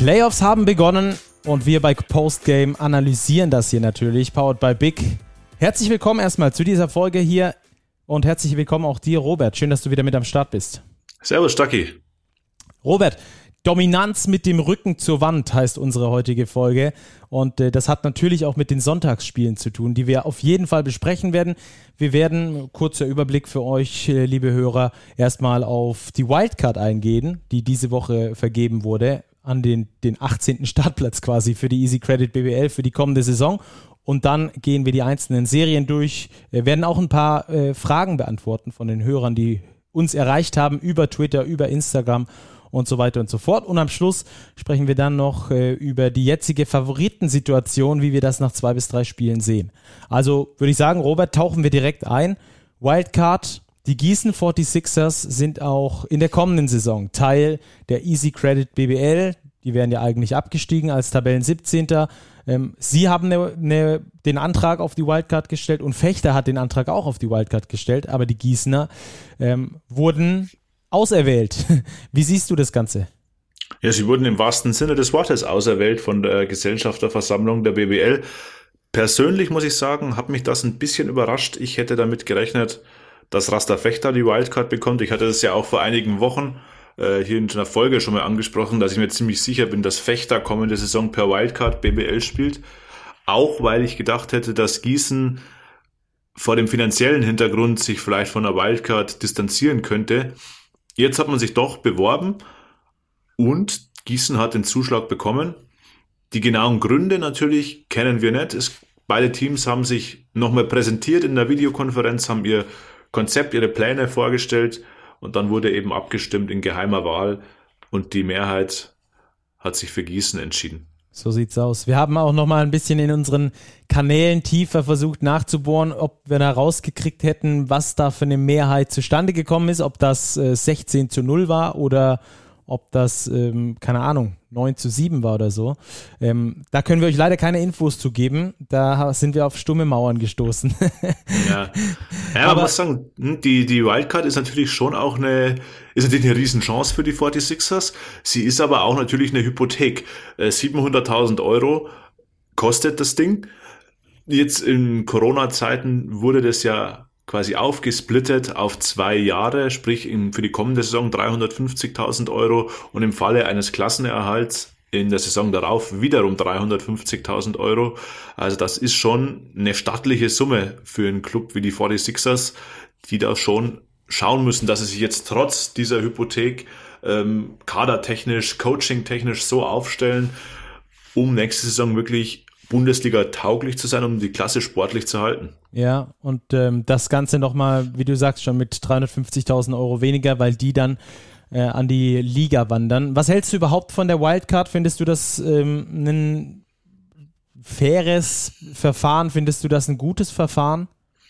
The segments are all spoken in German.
Playoffs haben begonnen und wir bei Postgame analysieren das hier natürlich, powered by Big. Herzlich willkommen erstmal zu dieser Folge hier und herzlich willkommen auch dir, Robert. Schön, dass du wieder mit am Start bist. Servus, Stacki. Robert, Dominanz mit dem Rücken zur Wand heißt unsere heutige Folge und das hat natürlich auch mit den Sonntagsspielen zu tun, die wir auf jeden Fall besprechen werden. Wir werden, kurzer Überblick für euch, liebe Hörer, erstmal auf die Wildcard eingehen, die diese Woche vergeben wurde, an den 18. Startplatz quasi für die Easy Credit BBL für die kommende Saison. Und dann gehen wir die einzelnen Serien durch, wir werden auch ein paar Fragen beantworten von den Hörern, die uns erreicht haben über Twitter, über Instagram und so weiter und so fort. Und am Schluss sprechen wir dann noch über die jetzige Favoritensituation, wie wir das nach 2 bis 3 Spielen sehen. Also würde ich sagen, Robert, tauchen wir direkt ein. Wildcard, die Gießen 46ers sind auch in der kommenden Saison Teil der Easy Credit BBL. Die wären ja eigentlich abgestiegen als Tabellen 17. Sie haben den Antrag auf die Wildcard gestellt und Fechter hat den Antrag auch auf die Wildcard gestellt, aber die Gießener wurden auserwählt. Wie siehst du das Ganze? Ja, sie wurden im wahrsten Sinne des Wortes auserwählt von der Gesellschafterversammlung der BBL. Persönlich muss ich sagen, hat mich das ein bisschen überrascht. Ich hätte damit gerechnet, dass Rasta Fechter die Wildcard bekommt. Ich hatte das ja auch vor einigen Wochen hier in einer Folge schon mal angesprochen, dass ich mir ziemlich sicher bin, dass Fechter kommende Saison per Wildcard BBL spielt. Auch weil ich gedacht hätte, dass Gießen vor dem finanziellen Hintergrund sich vielleicht von der Wildcard distanzieren könnte. Jetzt hat man sich doch beworben und Gießen hat den Zuschlag bekommen. Die genauen Gründe natürlich kennen wir nicht. Beide Teams haben sich nochmal präsentiert in der Videokonferenz, haben ihr Konzept, ihre Pläne vorgestellt und dann wurde eben abgestimmt in geheimer Wahl und die Mehrheit hat sich für Gießen entschieden. So sieht's aus. Wir haben auch noch mal ein bisschen in unseren Kanälen tiefer versucht nachzubohren, ob wir da rausgekriegt hätten, was da für eine Mehrheit zustande gekommen ist, ob das 16:0 war oder ob das, keine Ahnung, 9:7 war oder so. Da können wir euch leider keine Infos zu geben. Da sind wir auf stumme Mauern gestoßen. Ja, aber man muss sagen, die Wildcard ist natürlich schon auch eine Riesenchance für die 46ers. Sie ist aber auch natürlich eine Hypothek. 700.000 € kostet das Ding. Jetzt in Corona-Zeiten wurde das ja quasi aufgesplittet auf 2 Jahre, sprich für die kommende Saison 350.000 € und im Falle eines Klassenerhalts in der Saison darauf wiederum 350.000 €. Also das ist schon eine stattliche Summe für einen Club wie die 46ers, die da schon schauen müssen, dass sie sich jetzt trotz dieser Hypothek kadertechnisch, coachingtechnisch so aufstellen, um nächste Saison wirklich Bundesliga tauglich zu sein, um die Klasse sportlich zu halten. Ja, und das Ganze nochmal, wie du sagst, schon mit 350.000 € weniger, weil die dann an die Liga wandern. Was hältst du überhaupt von der Wildcard? Findest du das ein faires Verfahren? Findest du das ein gutes Verfahren?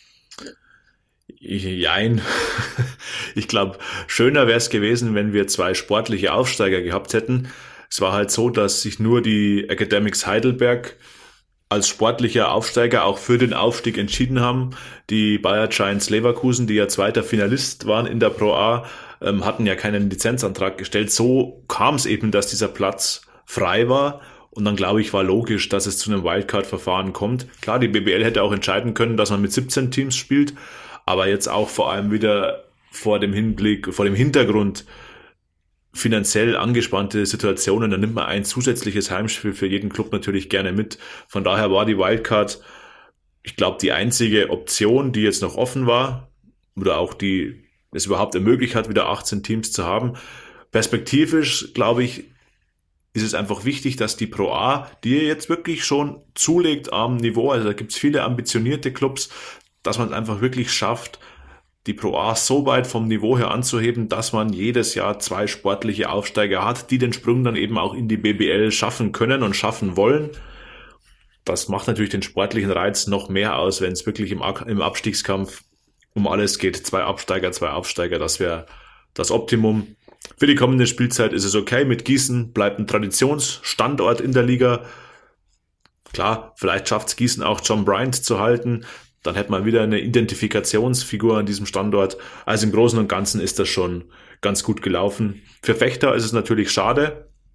Jein. Ich glaube, schöner wäre es gewesen, wenn wir 2 sportliche Aufsteiger gehabt hätten. Es war halt so, dass sich nur die Academics Heidelberg als sportlicher Aufsteiger auch für den Aufstieg entschieden haben. Die Bayer Giants Leverkusen, die ja zweiter Finalist waren in der Pro A, hatten ja keinen Lizenzantrag gestellt. So kam es eben, dass dieser Platz frei war. Und dann, glaube ich, war logisch, dass es zu einem Wildcard-Verfahren kommt. Klar, die BBL hätte auch entscheiden können, dass man mit 17 Teams spielt. Aber jetzt auch vor allem wieder vor dem Hintergrund finanziell angespannte Situationen, dann nimmt man ein zusätzliches Heimspiel für jeden Club natürlich gerne mit. Von daher war die Wildcard, ich glaube, die einzige Option, die jetzt noch offen war oder auch die es überhaupt ermöglicht hat, wieder 18 Teams zu haben. Perspektivisch, glaube ich, ist es einfach wichtig, dass die Pro A, die jetzt wirklich schon zulegt am Niveau, also da gibt es viele ambitionierte Clubs, dass man es einfach wirklich schafft, die Pro A so weit vom Niveau her anzuheben, dass man jedes Jahr 2 sportliche Aufsteiger hat, die den Sprung dann eben auch in die BBL schaffen können und schaffen wollen. Das macht natürlich den sportlichen Reiz noch mehr aus, wenn es wirklich im Abstiegskampf um alles geht. 2 Absteiger, das wäre das Optimum. Für die kommende Spielzeit ist es okay. Mit Gießen bleibt ein Traditionsstandort in der Liga. Klar, vielleicht schafft es Gießen auch John Bryant zu halten. Dann hätte man wieder eine Identifikationsfigur an diesem Standort. Also im Großen und Ganzen ist das schon ganz gut gelaufen. Für Fechter ist es natürlich schade,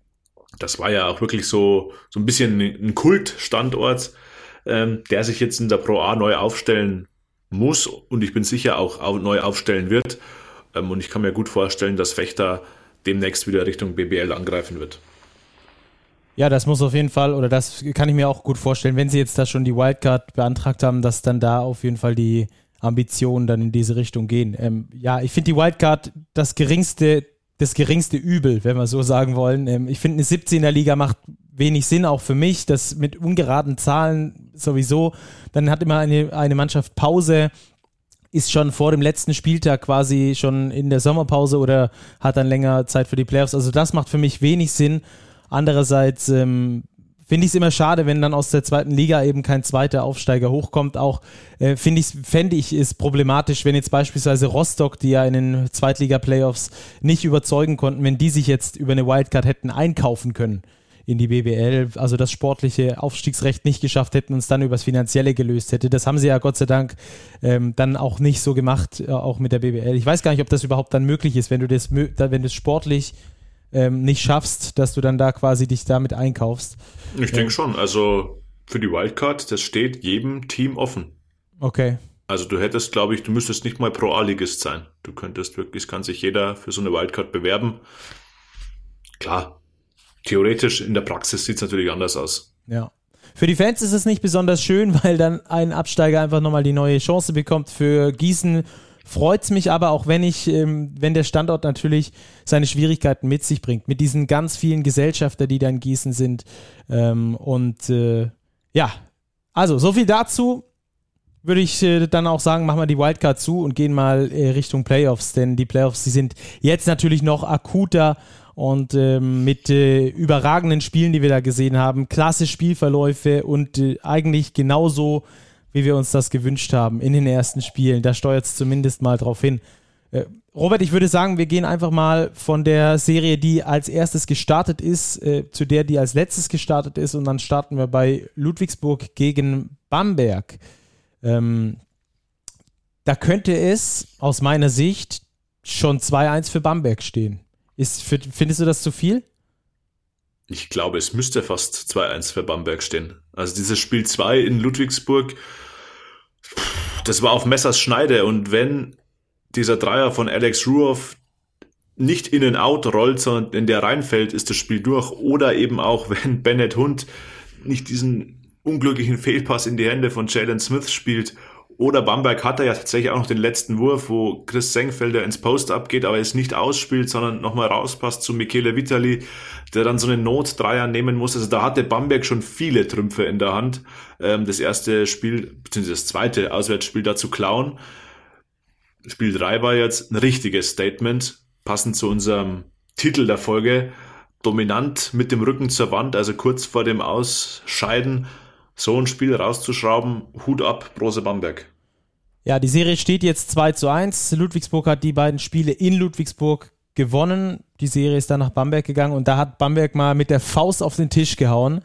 Das war ja auch wirklich so ein bisschen ein Kultstandort, der sich jetzt in der Pro A neu aufstellen muss und ich bin sicher auch neu aufstellen wird. Und ich kann mir gut vorstellen, dass Vechta demnächst wieder Richtung BBL angreifen wird. Ja, das muss auf jeden Fall, oder das kann ich mir auch gut vorstellen, wenn sie jetzt da schon die Wildcard beantragt haben, dass dann da auf jeden Fall die Ambitionen dann in diese Richtung gehen. Ja, ich finde die Wildcard das geringste Übel, wenn wir so sagen wollen. Ich finde, eine 17er Liga macht wenig Sinn, auch für mich, das mit ungeraden Zahlen sowieso. Dann hat immer eine Mannschaft Pause, ist schon vor dem letzten Spieltag quasi schon in der Sommerpause oder hat dann länger Zeit für die Playoffs. Also das macht für mich wenig Sinn. Andererseits finde ich es immer schade, wenn dann aus der zweiten Liga eben kein zweiter Aufsteiger hochkommt. Auch fände ich es problematisch, wenn jetzt beispielsweise Rostock, die ja in den Zweitliga-Playoffs nicht überzeugen konnten, wenn die sich jetzt über eine Wildcard hätten einkaufen können in die BBL, also das sportliche Aufstiegsrecht nicht geschafft hätten und es dann übers Finanzielle gelöst hätte. Das haben sie ja Gott sei Dank dann auch nicht so gemacht, auch mit der BBL. Ich weiß gar nicht, ob das überhaupt dann möglich ist, wenn du das sportlich nicht schaffst, dass du dann da quasi dich damit einkaufst. Ich denke schon, also für die Wildcard, das steht jedem Team offen. Okay. Also du hättest, glaube ich, du müsstest nicht mal Pro-A-Ligist sein. Du könntest wirklich, es kann sich jeder für so eine Wildcard bewerben. Klar, theoretisch, in der Praxis sieht es natürlich anders aus. Ja. Für die Fans ist es nicht besonders schön, weil dann ein Absteiger einfach nochmal die neue Chance bekommt. Für Gießen freut es mich aber auch, wenn der Standort natürlich seine Schwierigkeiten mit sich bringt, mit diesen ganz vielen Gesellschafter, die da in Gießen sind. Ja, also so viel dazu. Würde ich dann auch sagen, machen wir die Wildcard zu und gehen mal Richtung Playoffs, denn die Playoffs, die sind jetzt natürlich noch akuter und mit überragenden Spielen, die wir da gesehen haben, klasse Spielverläufe und eigentlich genauso, wie wir uns das gewünscht haben in den ersten Spielen. Da steuert es zumindest mal drauf hin. Robert, ich würde sagen, wir gehen einfach mal von der Serie, die als erstes gestartet ist, zu der, die als letztes gestartet ist und dann starten wir bei Ludwigsburg gegen Bamberg. Da könnte es aus meiner Sicht schon 2-1 für Bamberg stehen. Findest du das zu viel? Ich glaube, es müsste fast 2-1 für Bamberg stehen. Also dieses Spiel 2 in Ludwigsburg, das war auf Messers Schneide. Und wenn dieser Dreier von Alex Ruoff nicht in and out rollt, sondern in der reinfällt, ist das Spiel durch. Oder eben auch, wenn Bennett Hund nicht diesen unglücklichen Fehlpass in die Hände von Jalen Smith spielt. Oder Bamberg hat ja tatsächlich auch noch den letzten Wurf, wo Chris Senkfelder ins Post-Up geht, aber es nicht ausspielt, sondern nochmal rauspasst zu Michele Vitali, der dann so einen Not-Dreier nehmen muss. Also da hatte Bamberg schon viele Trümpfe in der Hand, das erste Spiel, beziehungsweise das zweite Auswärtsspiel da zu klauen. Spiel 3 war jetzt ein richtiges Statement, passend zu unserem Titel der Folge. Dominant mit dem Rücken zur Wand, also kurz vor dem Ausscheiden, so ein Spiel rauszuschrauben, Hut ab, Brose Bamberg. Ja, die Serie steht jetzt 2-1. Ludwigsburg hat die beiden Spiele in Ludwigsburg gewonnen. Die Serie ist dann nach Bamberg gegangen und da hat Bamberg mal mit der Faust auf den Tisch gehauen.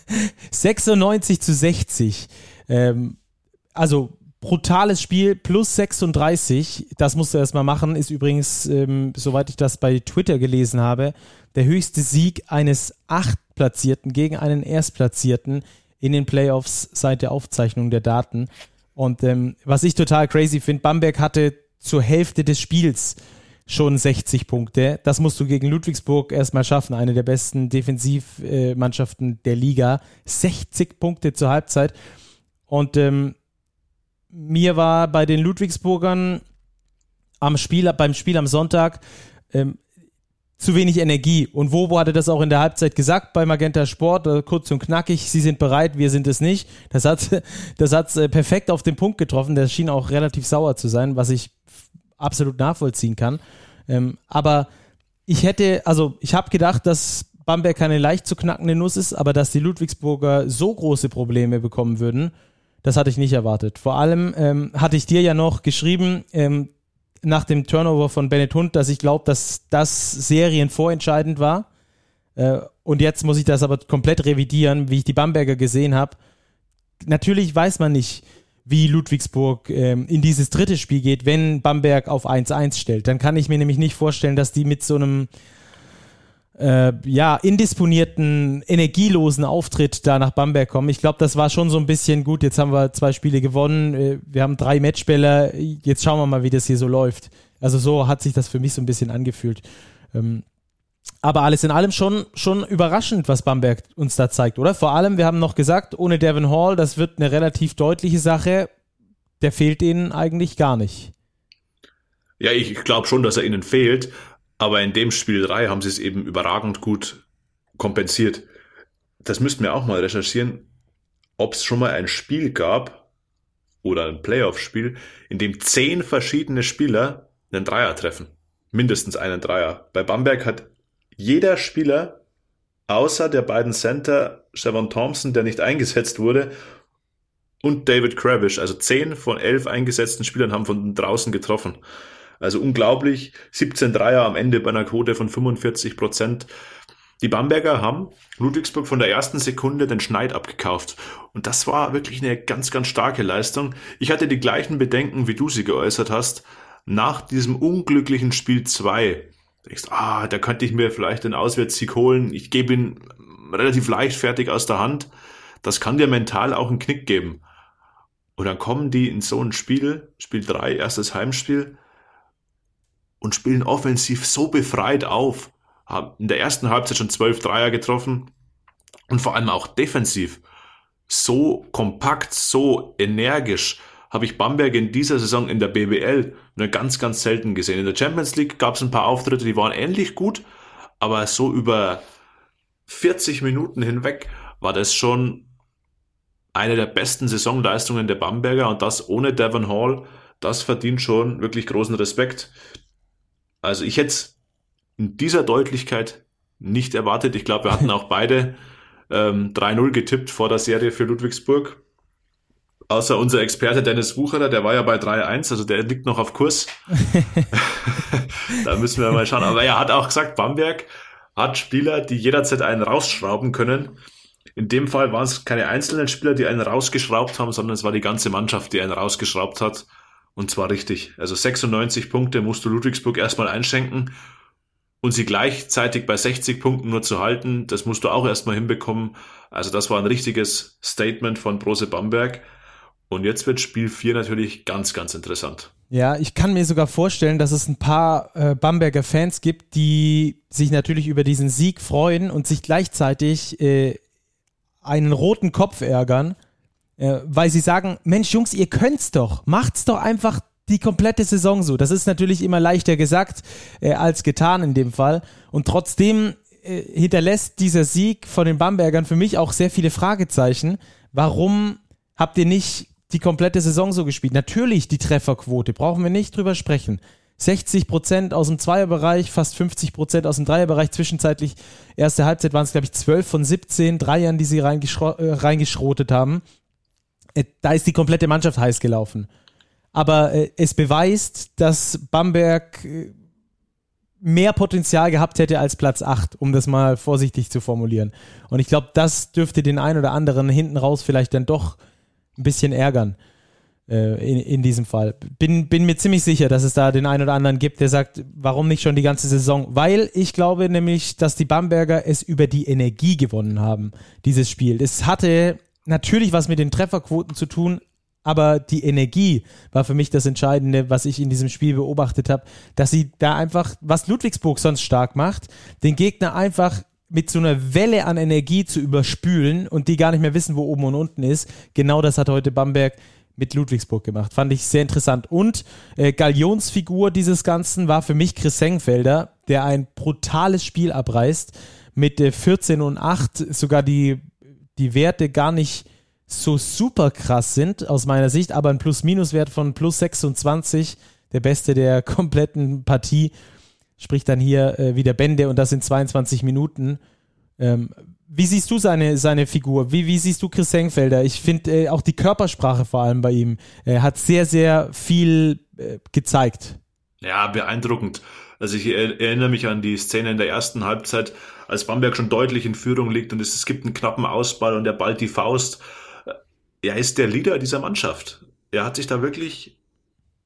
96-60. Also brutales Spiel, plus 36. Das musst du erstmal machen. Ist übrigens, soweit ich das bei Twitter gelesen habe, der höchste Sieg eines Achtplatzierten gegen einen Erstplatzierten in den Playoffs seit der Aufzeichnung der Daten. Und was ich total crazy finde, Bamberg hatte zur Hälfte des Spiels schon 60 Punkte. Das musst du gegen Ludwigsburg erstmal schaffen, eine der besten Defensivmannschaften der Liga. 60 Punkte zur Halbzeit. Und mir war bei den Ludwigsburgern beim Spiel am Sonntag zu wenig Energie. Und Wobo hatte das auch in der Halbzeit gesagt bei Magenta Sport, kurz und knackig, sie sind bereit, wir sind es nicht. Das hat's perfekt auf den Punkt getroffen. Der schien auch relativ sauer zu sein, was ich absolut nachvollziehen kann. Aber ich habe gedacht, dass Bamberg keine leicht zu knackende Nuss ist, aber dass die Ludwigsburger so große Probleme bekommen würden, das hatte ich nicht erwartet. Vor allem hatte ich dir ja noch geschrieben, nach dem Turnover von Bennett Hund, dass ich glaube, dass das serienvorentscheidend war. Und jetzt muss ich das aber komplett revidieren, wie ich die Bamberger gesehen habe. Natürlich weiß man nicht, wie Ludwigsburg in dieses dritte Spiel geht, wenn Bamberg auf 1-1 stellt. Dann kann ich mir nämlich nicht vorstellen, dass die mit so einem indisponierten, energielosen Auftritt da nach Bamberg kommen. Ich glaube, das war schon so ein bisschen gut. Jetzt haben wir 2 Spiele gewonnen, wir haben 3 Matchbälle, jetzt schauen wir mal, wie das hier so läuft. Also so hat sich das für mich so ein bisschen angefühlt. Aber alles in allem schon überraschend, was Bamberg uns da zeigt, oder? Vor allem, wir haben noch gesagt, ohne Devon Hall, das wird eine relativ deutliche Sache. Der fehlt ihnen eigentlich gar nicht. Ja, ich glaube schon, dass er ihnen fehlt. Aber in dem Spiel 3 haben sie es eben überragend gut kompensiert. Das müssten wir auch mal recherchieren, ob es schon mal ein Spiel gab oder ein Playoff-Spiel, in dem 10 verschiedene Spieler einen Dreier treffen. Mindestens einen Dreier. Bei Bamberg hat jeder Spieler, außer der beiden Center, Stephen Thompson, der nicht eingesetzt wurde, und David Krabish, also 10 von 11 eingesetzten Spielern haben von draußen getroffen. Also unglaublich, 17 Dreier am Ende bei einer Quote von 45%. Die Bamberger haben Ludwigsburg von der ersten Sekunde den Schneid abgekauft. Und das war wirklich eine ganz, ganz starke Leistung. Ich hatte die gleichen Bedenken, wie du sie geäußert hast, nach diesem unglücklichen Spiel 2. Du denkst, da könnte ich mir vielleicht den Auswärtssieg holen. Ich gebe ihn relativ leichtfertig aus der Hand. Das kann dir mental auch einen Knick geben. Und dann kommen die in so ein Spiel 3, erstes Heimspiel, und spielen offensiv so befreit auf. Haben in der ersten Halbzeit schon 12 Dreier getroffen und vor allem auch defensiv. So kompakt, so energisch habe ich Bamberg in dieser Saison in der BBL nur ganz, ganz selten gesehen. In der Champions League gab es ein paar Auftritte, die waren ähnlich gut, aber so über 40 Minuten hinweg war das schon eine der besten Saisonleistungen der Bamberger, und das ohne Devon Hall. Das verdient schon wirklich großen Respekt. Also ich hätte es in dieser Deutlichkeit nicht erwartet. Ich glaube, wir hatten auch beide 3-0 getippt vor der Serie für Ludwigsburg. Außer unser Experte Dennis Wucherer, der war ja bei 3-1, also der liegt noch auf Kurs. Da müssen wir mal schauen. Aber er hat auch gesagt, Bamberg hat Spieler, die jederzeit einen rausschrauben können. In dem Fall waren es keine einzelnen Spieler, die einen rausgeschraubt haben, sondern es war die ganze Mannschaft, die einen rausgeschraubt hat. Und zwar richtig. Also 96 Punkte musst du Ludwigsburg erstmal einschenken, und sie gleichzeitig bei 60 Punkten nur zu halten, das musst du auch erstmal hinbekommen. Also das war ein richtiges Statement von Brose Bamberg. Und jetzt wird Spiel 4 natürlich ganz, ganz interessant. Ja, ich kann mir sogar vorstellen, dass es ein paar Bamberger Fans gibt, die sich natürlich über diesen Sieg freuen und sich gleichzeitig einen roten Kopf ärgern, weil sie sagen, Mensch Jungs, ihr könnt's doch, macht's doch einfach die komplette Saison so. Das ist natürlich immer leichter gesagt als getan in dem Fall, und trotzdem hinterlässt dieser Sieg von den Bambergern für mich auch sehr viele Fragezeichen. Warum habt ihr nicht die komplette Saison so gespielt? Natürlich die Trefferquote, brauchen wir nicht drüber sprechen. 60% aus dem Zweierbereich, fast 50% aus dem Dreierbereich. Zwischenzeitlich, erste Halbzeit waren es, glaube ich, 12 von 17 Dreiern, die sie reingeschrotet haben. Da ist die komplette Mannschaft heiß gelaufen. Aber es beweist, dass Bamberg mehr Potenzial gehabt hätte als Platz 8, um das mal vorsichtig zu formulieren. Und ich glaube, das dürfte den einen oder anderen hinten raus vielleicht dann doch ein bisschen ärgern in diesem Fall. Bin mir ziemlich sicher, dass es da den einen oder anderen gibt, der sagt, warum nicht schon die ganze Saison? Weil ich glaube nämlich, dass die Bamberger es über die Energie gewonnen haben, dieses Spiel. Es hatte natürlich was mit den Trefferquoten zu tun, aber die Energie war für mich das Entscheidende, was ich in diesem Spiel beobachtet habe, dass sie da einfach, was Ludwigsburg sonst stark macht, den Gegner einfach mit so einer Welle an Energie zu überspülen und die gar nicht mehr wissen, wo oben und unten ist. Genau das hat heute Bamberg mit Ludwigsburg gemacht. Fand ich sehr interessant. Und Galionsfigur dieses Ganzen war für mich Chris Hengfelder, der ein brutales Spiel abreißt mit 14 und 8, sogar die Werte gar nicht so super krass sind aus meiner Sicht, aber ein Plus-Minus-Wert von plus 26, der beste der kompletten Partie, spricht dann hier wieder Bände, und das in 22 Minuten. Wie siehst du seine Figur? Wie siehst du Chris Hengfelder? Ich finde auch die Körpersprache vor allem bei ihm hat sehr, sehr viel gezeigt. Ja, beeindruckend. Also ich erinnere mich an die Szene in der ersten Halbzeit, als Bamberg schon deutlich in Führung liegt und es gibt einen knappen Ausball und er ballt die Faust. Er ist der Leader dieser Mannschaft. Er hat sich da wirklich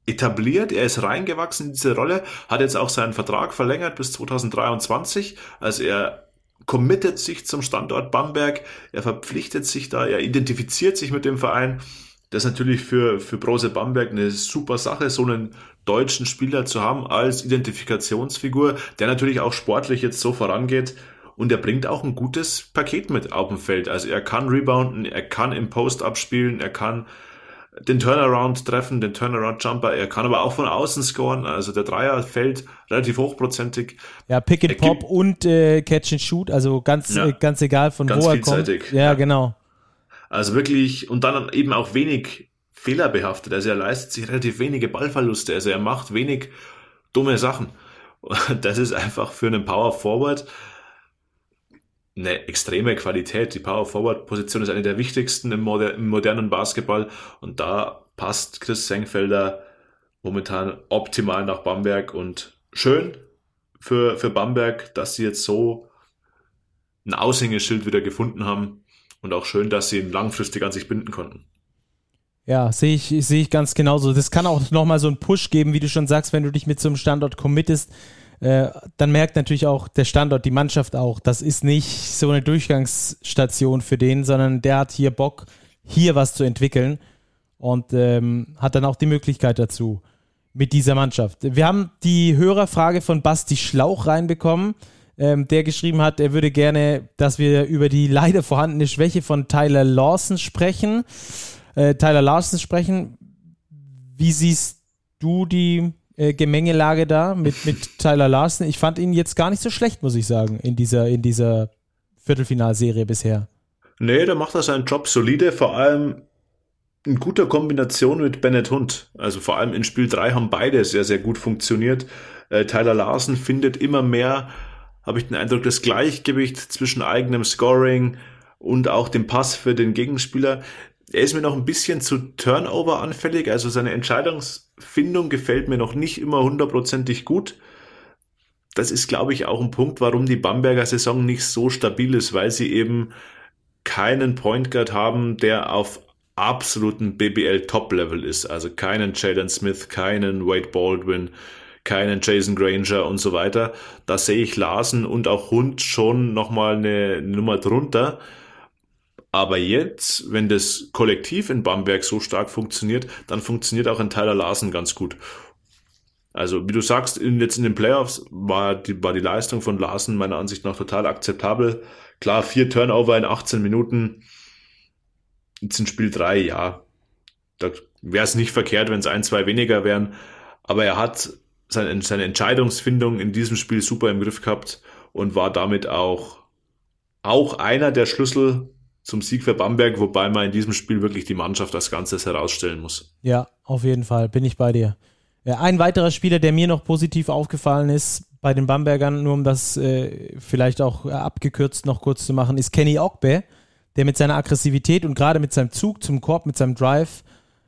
etabliert, er ist reingewachsen in diese Rolle, hat jetzt auch seinen Vertrag verlängert bis 2023, also er committet sich zum Standort Bamberg, er verpflichtet sich da, er identifiziert sich mit dem Verein. Das ist natürlich für Brose Bamberg eine super Sache, so einen deutschen Spieler zu haben als Identifikationsfigur, der natürlich auch sportlich jetzt so vorangeht und er bringt auch ein gutes Paket mit auf dem Feld. Also er kann rebounden, er kann im Post abspielen, er kann den Turnaround treffen, den Turnaround-Jumper, er kann aber auch von außen scoren, also der Dreier fällt relativ hochprozentig. Ja, Pick and Pop und Catch and Shoot, also ganz egal von wo er kommt. Ja, genau. Also wirklich, und dann eben auch wenig fehlerbehaftet, also er leistet sich relativ wenige Ballverluste, also er macht wenig dumme Sachen. Das ist einfach für einen Power Forward eine extreme Qualität. Die Power Forward Position ist eine der wichtigsten im modernen Basketball und da passt Chris Senkfelder momentan optimal nach Bamberg und schön für Bamberg, dass sie jetzt so ein Aushängeschild wieder gefunden haben und auch schön, dass sie ihn langfristig an sich binden konnten. Ja, sehe ich ganz genauso. Das kann auch nochmal so einen Push geben, wie du schon sagst, wenn du dich mit so einem Standort committest, dann merkt natürlich auch der Standort, die Mannschaft auch, das ist nicht so eine Durchgangsstation für den, sondern der hat hier Bock, hier was zu entwickeln und hat dann auch die Möglichkeit dazu mit dieser Mannschaft. Wir haben die Hörerfrage von Basti Schlauch reinbekommen, der geschrieben hat, er würde gerne, dass wir über die leider vorhandene Schwäche von Tyler Larson sprechen. Wie siehst du die Gemengelage da mit Tyler Larson? Ich fand ihn jetzt gar nicht so schlecht, muss ich sagen, in dieser Viertelfinalserie bisher. Nee, da macht er seinen Job solide, vor allem in guter Kombination mit Bennett Hunt. Also vor allem in Spiel 3 haben beide sehr, sehr gut funktioniert. Tyler Larson findet immer mehr, habe ich den Eindruck, das Gleichgewicht zwischen eigenem Scoring und auch dem Pass für den Gegenspieler. Er ist mir noch ein bisschen zu Turnover anfällig, also seine Entscheidungsfindung gefällt mir noch nicht immer hundertprozentig gut. Das ist, glaube ich, auch ein Punkt, warum die Bamberger Saison nicht so stabil ist, weil sie eben keinen Point Guard haben, der auf absoluten BBL-Top-Level ist. Also keinen Jalen Smith, keinen Wade Baldwin, keinen Jason Granger und so weiter. Da sehe ich Larson und auch Hund schon nochmal eine Nummer drunter. Aber jetzt, wenn das Kollektiv in Bamberg so stark funktioniert, dann funktioniert auch ein Tyler Larson ganz gut. Also wie du sagst, jetzt in den Playoffs war die Leistung von Larson meiner Ansicht nach total akzeptabel. Klar, 4 Turnover in 18 Minuten. Jetzt in Spiel 3, ja, da wäre es nicht verkehrt, wenn es 1, 2 weniger wären. Aber er hat seine Entscheidungsfindung in diesem Spiel super im Griff gehabt und war damit auch einer der Schlüssel zum Sieg für Bamberg, wobei man in diesem Spiel wirklich die Mannschaft als Ganzes herausstellen muss. Ja, auf jeden Fall, bin ich bei dir. Ja, ein weiterer Spieler, der mir noch positiv aufgefallen ist bei den Bambergern, nur um das vielleicht auch abgekürzt noch kurz zu machen, ist Kenny Ogbe, der mit seiner Aggressivität und gerade mit seinem Zug zum Korb, mit seinem Drive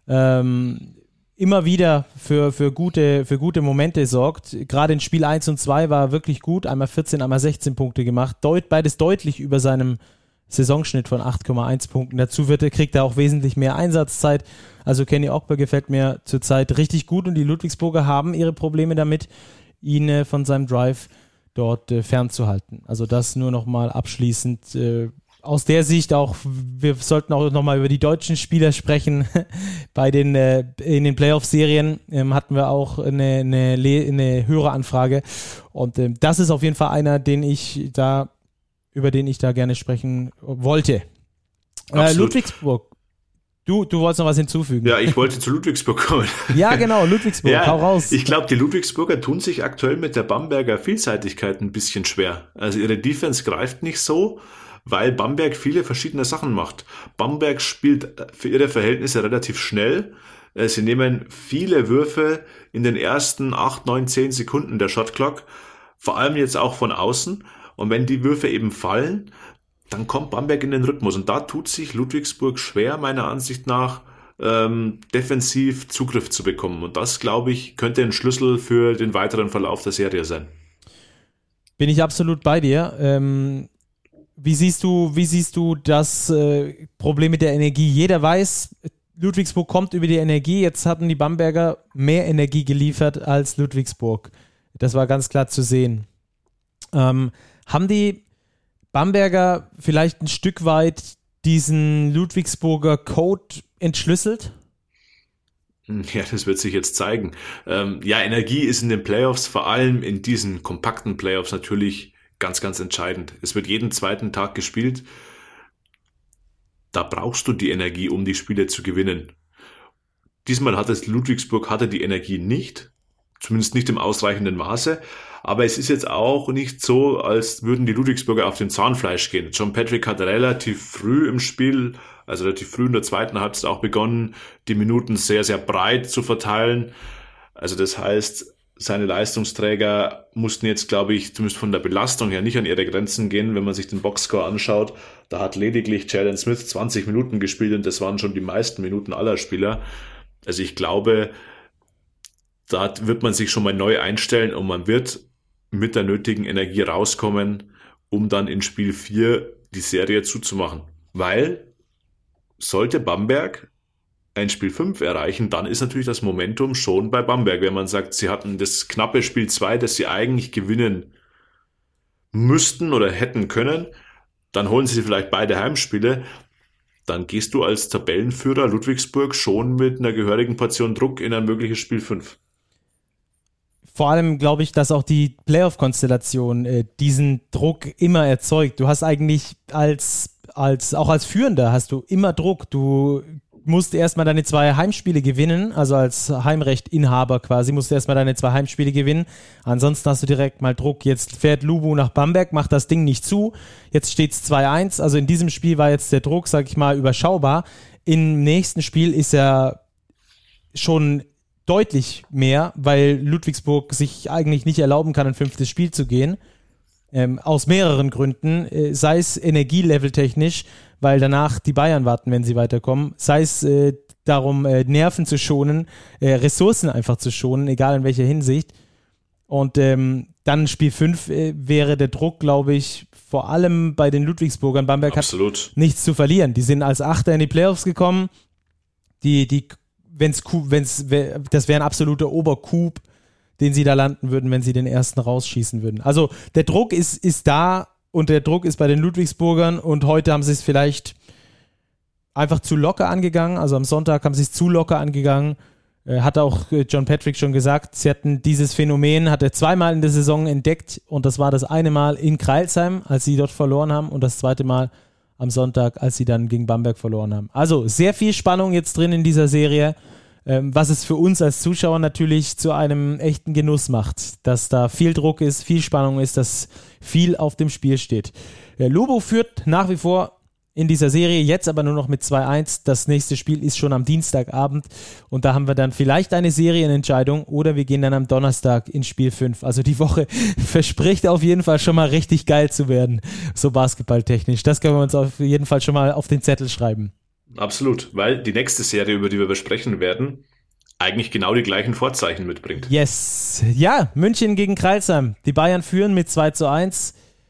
immer wieder für gute Momente sorgt. Gerade in Spiel 1 und 2 war er wirklich gut, einmal 14, einmal 16 Punkte gemacht, beides deutlich über seinem Saisonschnitt von 8,1 Punkten. Dazu kriegt er auch wesentlich mehr Einsatzzeit. Also Kenny Ogbe gefällt mir zurzeit richtig gut und die Ludwigsburger haben ihre Probleme damit, ihn von seinem Drive dort fernzuhalten. Also das nur nochmal abschließend. Aus der Sicht auch, wir sollten auch nochmal über die deutschen Spieler sprechen. In den Playoff-Serien hatten wir auch eine Höreranfrage und das ist auf jeden Fall einer, über den ich da gerne sprechen wollte. Ludwigsburg. Du wolltest noch was hinzufügen. Ja, ich wollte zu Ludwigsburg kommen. Ja, genau, Ludwigsburg, ja, hau raus. Ich glaube, die Ludwigsburger tun sich aktuell mit der Bamberger Vielseitigkeit ein bisschen schwer. Also ihre Defense greift nicht so, weil Bamberg viele verschiedene Sachen macht. Bamberg spielt für ihre Verhältnisse relativ schnell. Sie nehmen viele Würfe in den ersten 8, 9, 10 Sekunden der Shotclock, vor allem jetzt auch von außen. Und wenn die Würfe eben fallen, dann kommt Bamberg in den Rhythmus. Und da tut sich Ludwigsburg schwer, meiner Ansicht nach, defensiv Zugriff zu bekommen. Und das, glaube ich, könnte ein Schlüssel für den weiteren Verlauf der Serie sein. Bin ich absolut bei dir. Wie siehst du das Problem mit der Energie? Jeder weiß, Ludwigsburg kommt über die Energie. Jetzt hatten die Bamberger mehr Energie geliefert als Ludwigsburg. Das war ganz klar zu sehen. Haben die Bamberger vielleicht ein Stück weit diesen Ludwigsburger Code entschlüsselt? Ja, das wird sich jetzt zeigen. Ja, Energie ist in den Playoffs, vor allem in diesen kompakten Playoffs natürlich ganz, ganz entscheidend. Es wird jeden zweiten Tag gespielt. Da brauchst du die Energie, um die Spiele zu gewinnen. Diesmal Ludwigsburg hatte die Energie nicht, zumindest nicht im ausreichenden Maße, aber es ist jetzt auch nicht so, als würden die Ludwigsburger auf dem Zahnfleisch gehen. John Patrick hat relativ früh im Spiel, also relativ früh in der zweiten Halbzeit auch begonnen, die Minuten sehr, sehr breit zu verteilen. Also das heißt, seine Leistungsträger mussten jetzt, glaube ich, zumindest von der Belastung her nicht an ihre Grenzen gehen, wenn man sich den Boxscore anschaut. Da hat lediglich Jalen Smith 20 Minuten gespielt und das waren schon die meisten Minuten aller Spieler. Also ich glaube, da wird man sich schon mal neu einstellen und man wird mit der nötigen Energie rauskommen, um dann in Spiel 4 die Serie zuzumachen. Weil sollte Bamberg ein Spiel 5 erreichen, dann ist natürlich das Momentum schon bei Bamberg. Wenn man sagt, sie hatten das knappe Spiel 2, das sie eigentlich gewinnen müssten oder hätten können, dann holen sie vielleicht beide Heimspiele, dann gehst du als Tabellenführer Ludwigsburg schon mit einer gehörigen Portion Druck in ein mögliches Spiel 5. Vor allem glaube ich, dass auch die Playoff-Konstellation diesen Druck immer erzeugt. Du hast eigentlich auch als Führender hast du immer Druck. Du musst erstmal deine 2 Heimspiele gewinnen, also als Heimrechtinhaber quasi, musst du erstmal deine 2 Heimspiele gewinnen. Ansonsten hast du direkt mal Druck. Jetzt fährt Lubu nach Bamberg, macht das Ding nicht zu. Jetzt steht es 2-1. Also in diesem Spiel war jetzt der Druck, sag ich mal, überschaubar. Im nächsten Spiel ist er schon deutlich mehr, weil Ludwigsburg sich eigentlich nicht erlauben kann, ein 5. Spiel zu gehen. Aus mehreren Gründen, sei es energieleveltechnisch, weil danach die Bayern warten, wenn sie weiterkommen, sei es darum, Nerven zu schonen, Ressourcen einfach zu schonen, egal in welcher Hinsicht. Und dann Spiel 5 wäre der Druck, glaube ich, vor allem bei den Ludwigsburgern. Bamberg Absolut. Hat nichts zu verlieren. Die sind als Achter in die Playoffs gekommen. Das wäre ein absoluter Obercoup, den sie da landen würden, wenn sie den ersten rausschießen würden. Also der Druck ist da und der Druck ist bei den Ludwigsburgern und heute haben sie es vielleicht einfach zu locker angegangen. Also am Sonntag haben sie es zu locker angegangen. Hat auch John Patrick schon gesagt, sie hatten dieses Phänomen, hat er 2-mal in der Saison entdeckt und das war das eine Mal in Crailsheim, als sie dort verloren haben und das zweite Mal am Sonntag, als sie dann gegen Bamberg verloren haben. Also sehr viel Spannung jetzt drin in dieser Serie, was es für uns als Zuschauer natürlich zu einem echten Genuss macht, dass da viel Druck ist, viel Spannung ist, dass viel auf dem Spiel steht. Lubo führt nach wie vor in dieser Serie, jetzt aber nur noch mit 2-1. Das nächste Spiel ist schon am Dienstagabend und da haben wir dann vielleicht eine Serienentscheidung oder wir gehen dann am Donnerstag in Spiel 5. Also die Woche verspricht auf jeden Fall schon mal richtig geil zu werden, so basketballtechnisch. Das können wir uns auf jeden Fall schon mal auf den Zettel schreiben. Absolut, weil die nächste Serie, über die wir besprechen werden, eigentlich genau die gleichen Vorzeichen mitbringt. Yes. Ja, München gegen Crailsheim. Die Bayern führen mit 2-1.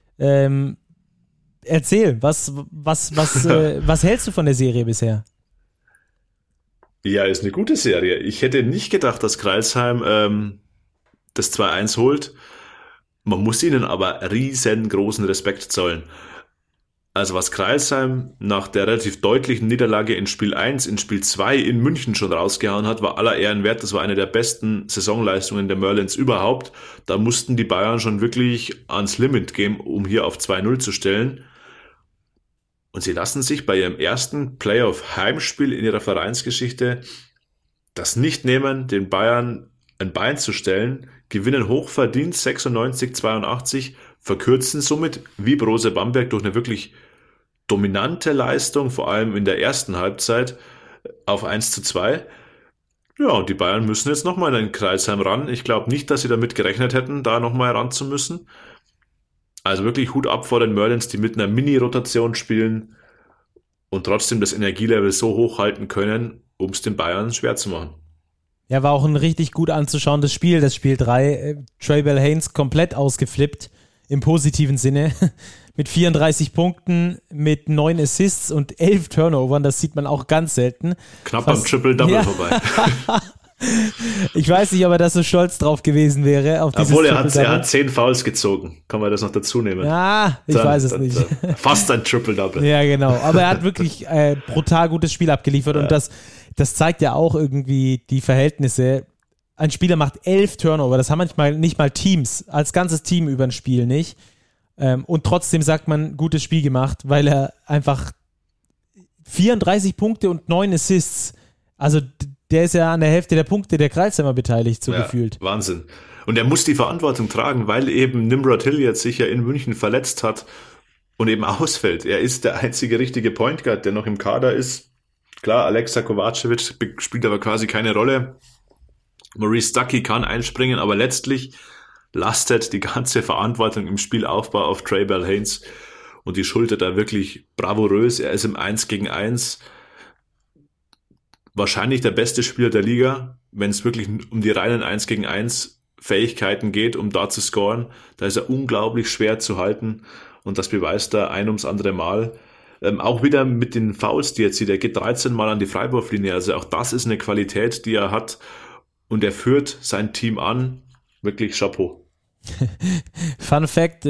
Erzähl, was hältst du von der Serie bisher? Ja, ist eine gute Serie. Ich hätte nicht gedacht, dass Crailsheim das 2-1 holt. Man muss ihnen aber riesengroßen Respekt zollen. Also was Crailsheim nach der relativ deutlichen Niederlage in Spiel 1, in Spiel 2 in München schon rausgehauen hat, war aller Ehren wert. Das war eine der besten Saisonleistungen der Merlins überhaupt. Da mussten die Bayern schon wirklich ans Limit gehen, um hier auf 2-0 zu stellen. Und sie lassen sich bei ihrem ersten Playoff-Heimspiel in ihrer Vereinsgeschichte das nicht nehmen, den Bayern ein Bein zu stellen, gewinnen hochverdient 96-82, verkürzen somit wie Brose Bamberg durch eine wirklich dominante Leistung, vor allem in der ersten Halbzeit, auf 1-2. Ja, und die Bayern müssen jetzt nochmal in den Crailsheim ran. Ich glaube nicht, dass sie damit gerechnet hätten, da nochmal ran zu müssen. Also wirklich Hut ab vor den Merlins, die mit einer Mini-Rotation spielen und trotzdem das Energielevel so hoch halten können, um es den Bayern schwer zu machen. Ja, war auch ein richtig gut anzuschauendes Spiel, das Spiel 3. Trey Bell Haynes komplett ausgeflippt im positiven Sinne, mit 34 Punkten, mit 9 Assists und 11 Turnovern, das sieht man auch ganz selten. Knapp am Triple-Double vorbei. Ich weiß nicht, ob er da so stolz drauf gewesen wäre. Auf Obwohl, er hat 10 Fouls gezogen. Kann man das noch dazu nehmen? Ja, ich weiß es nicht. Fast ein Triple-Double. Ja, genau. Aber er hat wirklich brutal gutes Spiel abgeliefert und das zeigt ja auch irgendwie die Verhältnisse. Ein Spieler macht 11 Turnover, das haben manchmal nicht mal Teams, als ganzes Team über ein Spiel nicht. Und trotzdem sagt man, gutes Spiel gemacht, weil er einfach 34 Punkte und 9 Assists, also der ist ja an der Hälfte der Punkte der Kreisheimer beteiligt, so gefühlt. Wahnsinn. Und er muss die Verantwortung tragen, weil eben Nimrod Hill jetzt sich ja in München verletzt hat und eben ausfällt. Er ist der einzige richtige Point Guard, der noch im Kader ist. Klar, Alexa Kovacevic spielt aber quasi keine Rolle. Maurice Stuckey kann einspringen, aber letztlich lastet die ganze Verantwortung im Spielaufbau auf Traybell Haynes und die schultert da wirklich bravourös. Er ist im 1 gegen 1 wahrscheinlich der beste Spieler der Liga, wenn es wirklich um die reinen 1 gegen 1 Fähigkeiten geht, um da zu scoren. Da ist er unglaublich schwer zu halten und das beweist er ein ums andere Mal. Auch wieder mit den Fouls, die er zieht. Er geht 13 Mal an die Freiwurflinie, also auch das ist eine Qualität, die er hat. Und er führt sein Team an. Wirklich Chapeau. Fun Fact,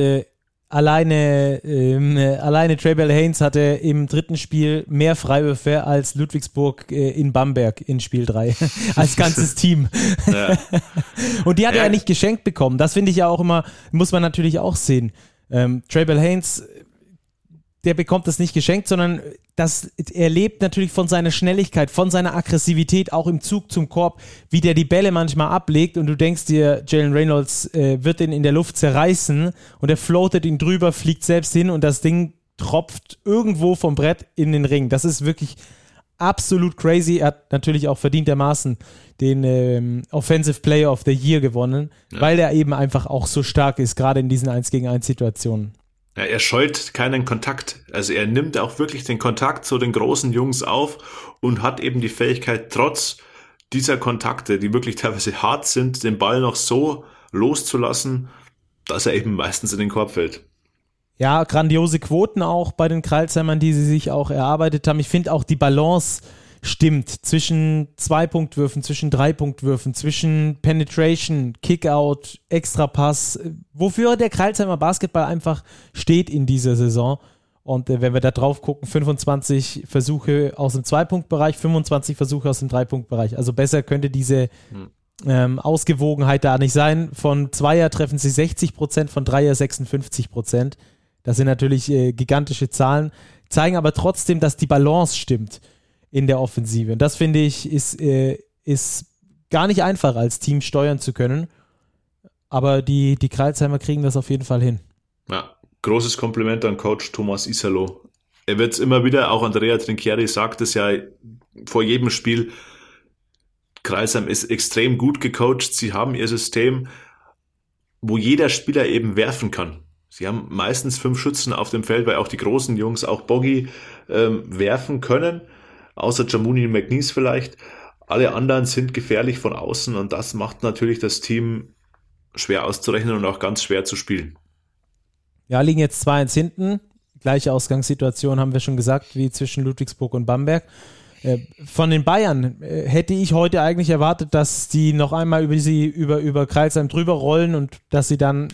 alleine Traybell Haynes hatte im dritten Spiel mehr Freiwürfe als Ludwigsburg in Bamberg in Spiel 3. Als ganzes Team. Ja. Und die hat er nicht geschenkt bekommen. Das finde ich ja auch immer, muss man natürlich auch sehen. Traybell Haynes, der bekommt das nicht geschenkt, sondern er lebt natürlich von seiner Schnelligkeit, von seiner Aggressivität, auch im Zug zum Korb, wie der die Bälle manchmal ablegt und du denkst dir, Jalen Reynolds wird den in der Luft zerreißen und er floatet ihn drüber, fliegt selbst hin und das Ding tropft irgendwo vom Brett in den Ring. Das ist wirklich absolut crazy. Er hat natürlich auch verdientermaßen den Offensive Player of the Year gewonnen, weil er eben einfach auch so stark ist, gerade in diesen 1-gegen-1-Situationen. Ja, er scheut keinen Kontakt. Also er nimmt auch wirklich den Kontakt zu den großen Jungs auf und hat eben die Fähigkeit, trotz dieser Kontakte, die wirklich teilweise hart sind, den Ball noch so loszulassen, dass er eben meistens in den Korb fällt. Ja, grandiose Quoten auch bei den Kreilsheimern, die sie sich auch erarbeitet haben. Ich finde auch die Balance stimmt zwischen 2-Punktwürfen, zwischen 3-Punktwürfen, zwischen Penetration, Kickout, Extrapass, wofür der Kreilsheimer Basketball einfach steht in dieser Saison. Und wenn wir da drauf gucken, 25 Versuche aus dem 2-Punkt-Bereich, 25 Versuche aus dem 3-Punkt-Bereich. Also besser könnte diese Ausgewogenheit da nicht sein. Von Zweier treffen sie 60%, von Dreier 56%. Das sind natürlich gigantische Zahlen, zeigen aber trotzdem, dass die Balance stimmt in der Offensive. Und das, finde ich, ist gar nicht einfach, als Team steuern zu können. Aber die Kreilsheimer kriegen das auf jeden Fall hin. Ja, großes Kompliment an Coach Thomas Isalo. Er wird es immer wieder, auch Andrea Trinchieri sagt es ja vor jedem Spiel, Kreilsheim ist extrem gut gecoacht. Sie haben ihr System, wo jeder Spieler eben werfen kann. Sie haben meistens 5 Schützen auf dem Feld, weil auch die großen Jungs, auch Boggy, werfen können. Außer Jamuni und McNeese vielleicht. Alle anderen sind gefährlich von außen und das macht natürlich das Team schwer auszurechnen und auch ganz schwer zu spielen. Ja, liegen jetzt 2-1 hinten. Gleiche Ausgangssituation haben wir schon gesagt, wie zwischen Ludwigsburg und Bamberg. Von den Bayern hätte ich heute eigentlich erwartet, dass die noch einmal über Kreilsheim drüber rollen und dass sie dann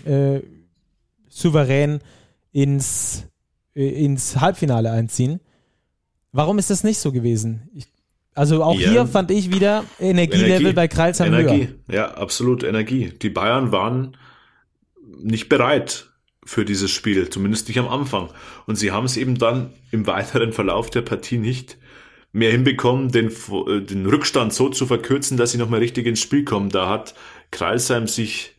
souverän ins Halbfinale einziehen. Warum ist das nicht so gewesen? Also auch hier fand ich wieder Energielevel bei Kreilsheim höher. Ja, absolut Energie. Die Bayern waren nicht bereit für dieses Spiel, zumindest nicht am Anfang. Und sie haben es eben dann im weiteren Verlauf der Partie nicht mehr hinbekommen, den Rückstand so zu verkürzen, dass sie nochmal richtig ins Spiel kommen. Da hat Kreilsheim sich,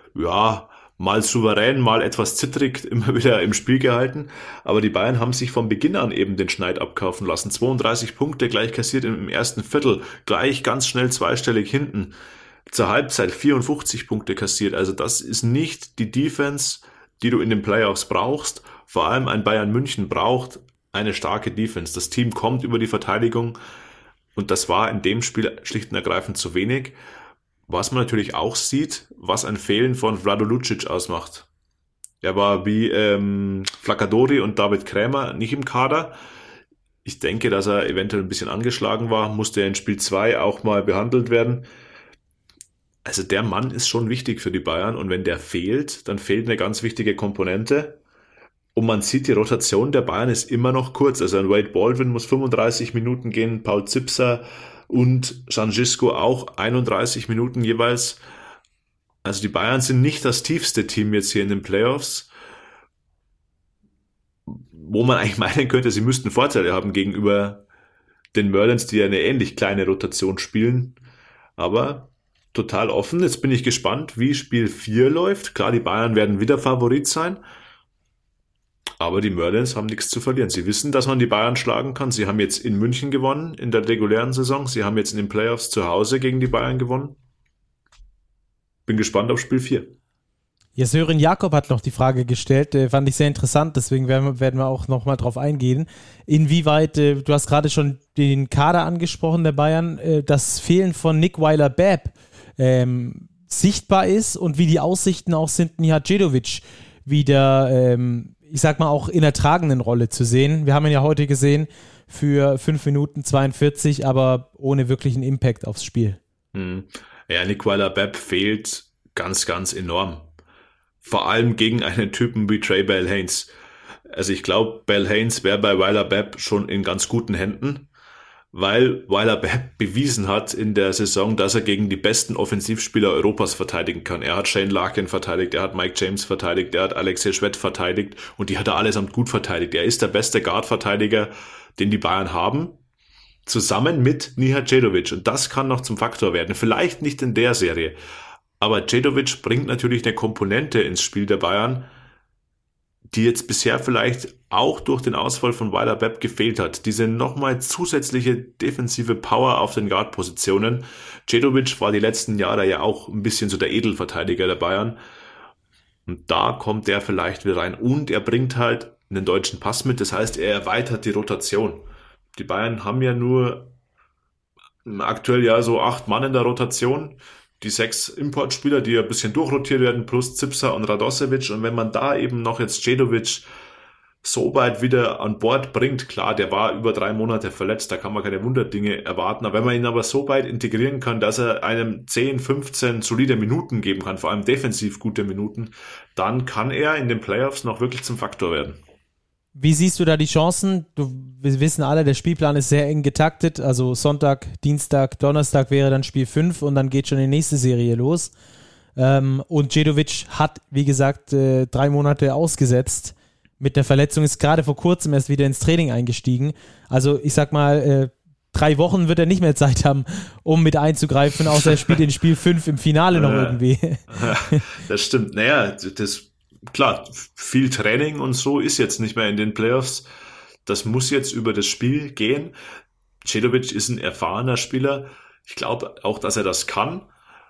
mal souverän, mal etwas zittrig immer wieder im Spiel gehalten. Aber die Bayern haben sich von Beginn an eben den Schneid abkaufen lassen. 32 Punkte gleich kassiert im ersten Viertel, gleich ganz schnell zweistellig hinten. Zur Halbzeit 54 Punkte kassiert. Also das ist nicht die Defense, die du in den Playoffs brauchst. Vor allem ein Bayern München braucht eine starke Defense. Das Team kommt über die Verteidigung und das war in dem Spiel schlicht und ergreifend zu wenig. Was man natürlich auch sieht, was ein Fehlen von Vlado Lucic ausmacht. Er war wie Flaccadori und David Krämer nicht im Kader. Ich denke, dass er eventuell ein bisschen angeschlagen war, musste in Spiel 2 auch mal behandelt werden. Also der Mann ist schon wichtig für die Bayern und wenn der fehlt, dann fehlt eine ganz wichtige Komponente. Und man sieht, die Rotation der Bayern ist immer noch kurz. Also ein Wade Baldwin muss 35 Minuten gehen, Paul Zipser und Giangisco auch 31 Minuten jeweils. Also die Bayern sind nicht das tiefste Team jetzt hier in den Playoffs, wo man eigentlich meinen könnte, sie müssten Vorteile haben gegenüber den Merlins, die ja eine ähnlich kleine Rotation spielen. Aber total offen. Jetzt bin ich gespannt, wie Spiel 4 läuft. Klar, die Bayern werden wieder Favorit sein. Aber die Merlins haben nichts zu verlieren. Sie wissen, dass man die Bayern schlagen kann. Sie haben jetzt in München gewonnen in der regulären Saison. Sie haben jetzt in den Playoffs zu Hause gegen die Bayern gewonnen. Bin gespannt auf Spiel 4. Ja, Sören Jakob hat noch die Frage gestellt, fand ich sehr interessant, deswegen werden wir auch nochmal drauf eingehen. Inwieweit, du hast gerade schon den Kader angesprochen der Bayern, das Fehlen von Nick Weiler-Babb sichtbar ist und wie die Aussichten auch sind, Nihadjedovic wieder, ich sag mal, auch in der tragenden Rolle zu sehen. Wir haben ihn ja heute gesehen für 5 Minuten 42, aber ohne wirklichen Impact aufs Spiel. Ja, Nick Weiler-Babb fehlt ganz, ganz enorm. Vor allem gegen einen Typen wie Trey Bell-Haynes. Also ich glaube, Bell-Haynes wäre bei Weiler-Babb schon in ganz guten Händen, weil Weiler-Babb bewiesen hat in der Saison, dass er gegen die besten Offensivspieler Europas verteidigen kann. Er hat Shane Larkin verteidigt, er hat Mike James verteidigt, er hat Alexei Schwed verteidigt und die hat er allesamt gut verteidigt. Er ist der beste Guard-Verteidiger, den die Bayern haben, zusammen mit Nihadjedovic. Und das kann noch zum Faktor werden. Vielleicht nicht in der Serie, aber Djedovic bringt natürlich eine Komponente ins Spiel der Bayern, die jetzt bisher vielleicht auch durch den Ausfall von Weiler-Babb gefehlt hat. Diese nochmal zusätzliche defensive Power auf den Guard-Positionen. Djedovic war die letzten Jahre ja auch ein bisschen so der Edelverteidiger der Bayern. Und da kommt der vielleicht wieder rein. Und er bringt halt einen deutschen Pass mit. Das heißt, er erweitert die Rotation. Die Bayern haben ja nur aktuell ja so 8 Mann in der Rotation. Die 6 Importspieler, die ein bisschen durchrotiert werden, plus Zipser und Radosevic. Und wenn man da eben noch jetzt Djedovic so weit wieder an Bord bringt, klar, der war über 3 Monate verletzt, da kann man keine Wunderdinge erwarten. Aber wenn man ihn aber so weit integrieren kann, dass er einem 10, 15 solide Minuten geben kann, vor allem defensiv gute Minuten, dann kann er in den Playoffs noch wirklich zum Faktor werden. Wie siehst du da die Chancen? Wir wissen alle, der Spielplan ist sehr eng getaktet, also Sonntag, Dienstag, Donnerstag wäre dann Spiel 5 und dann geht schon die nächste Serie los. Und Djedovic hat, wie gesagt, 3 Monate ausgesetzt. Mit der Verletzung ist gerade vor kurzem erst wieder ins Training eingestiegen. Also ich sag mal, 3 Wochen wird er nicht mehr Zeit haben, um mit einzugreifen, außer er spielt in Spiel 5 im Finale noch irgendwie. Das stimmt. Naja, klar, viel Training und so ist jetzt nicht mehr in den Playoffs. Das muss jetzt über das Spiel gehen. Djedovic ist ein erfahrener Spieler. Ich glaube auch, dass er das kann.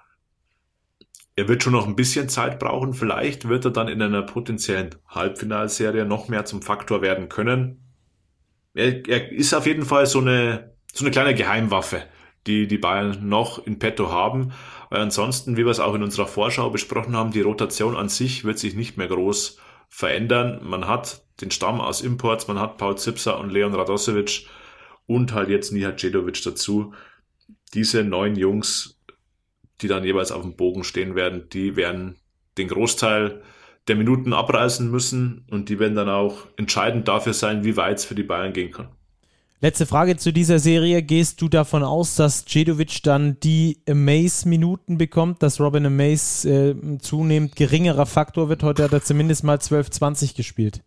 Er wird schon noch ein bisschen Zeit brauchen. Vielleicht wird er dann in einer potenziellen Halbfinalserie noch mehr zum Faktor werden können. Er ist auf jeden Fall so eine kleine Geheimwaffe, die Bayern noch in petto haben. Weil ansonsten, wie wir es auch in unserer Vorschau besprochen haben, die Rotation an sich wird sich nicht mehr groß verändern. Man hat den Stamm aus Imports, man hat Paul Zipser und Leon Radosevic und halt jetzt Nihadjedovic dazu. Diese 9 Jungs, die dann jeweils auf dem Bogen stehen werden, die werden den Großteil der Minuten abreißen müssen und die werden dann auch entscheidend dafür sein, wie weit es für die Bayern gehen kann. Letzte Frage zu dieser Serie. Gehst du davon aus, dass Djedovic dann die Amaze-Minuten bekommt, dass Robin Amaze zunehmend geringerer Faktor wird? Heute hat er zumindest mal 12-20 gespielt.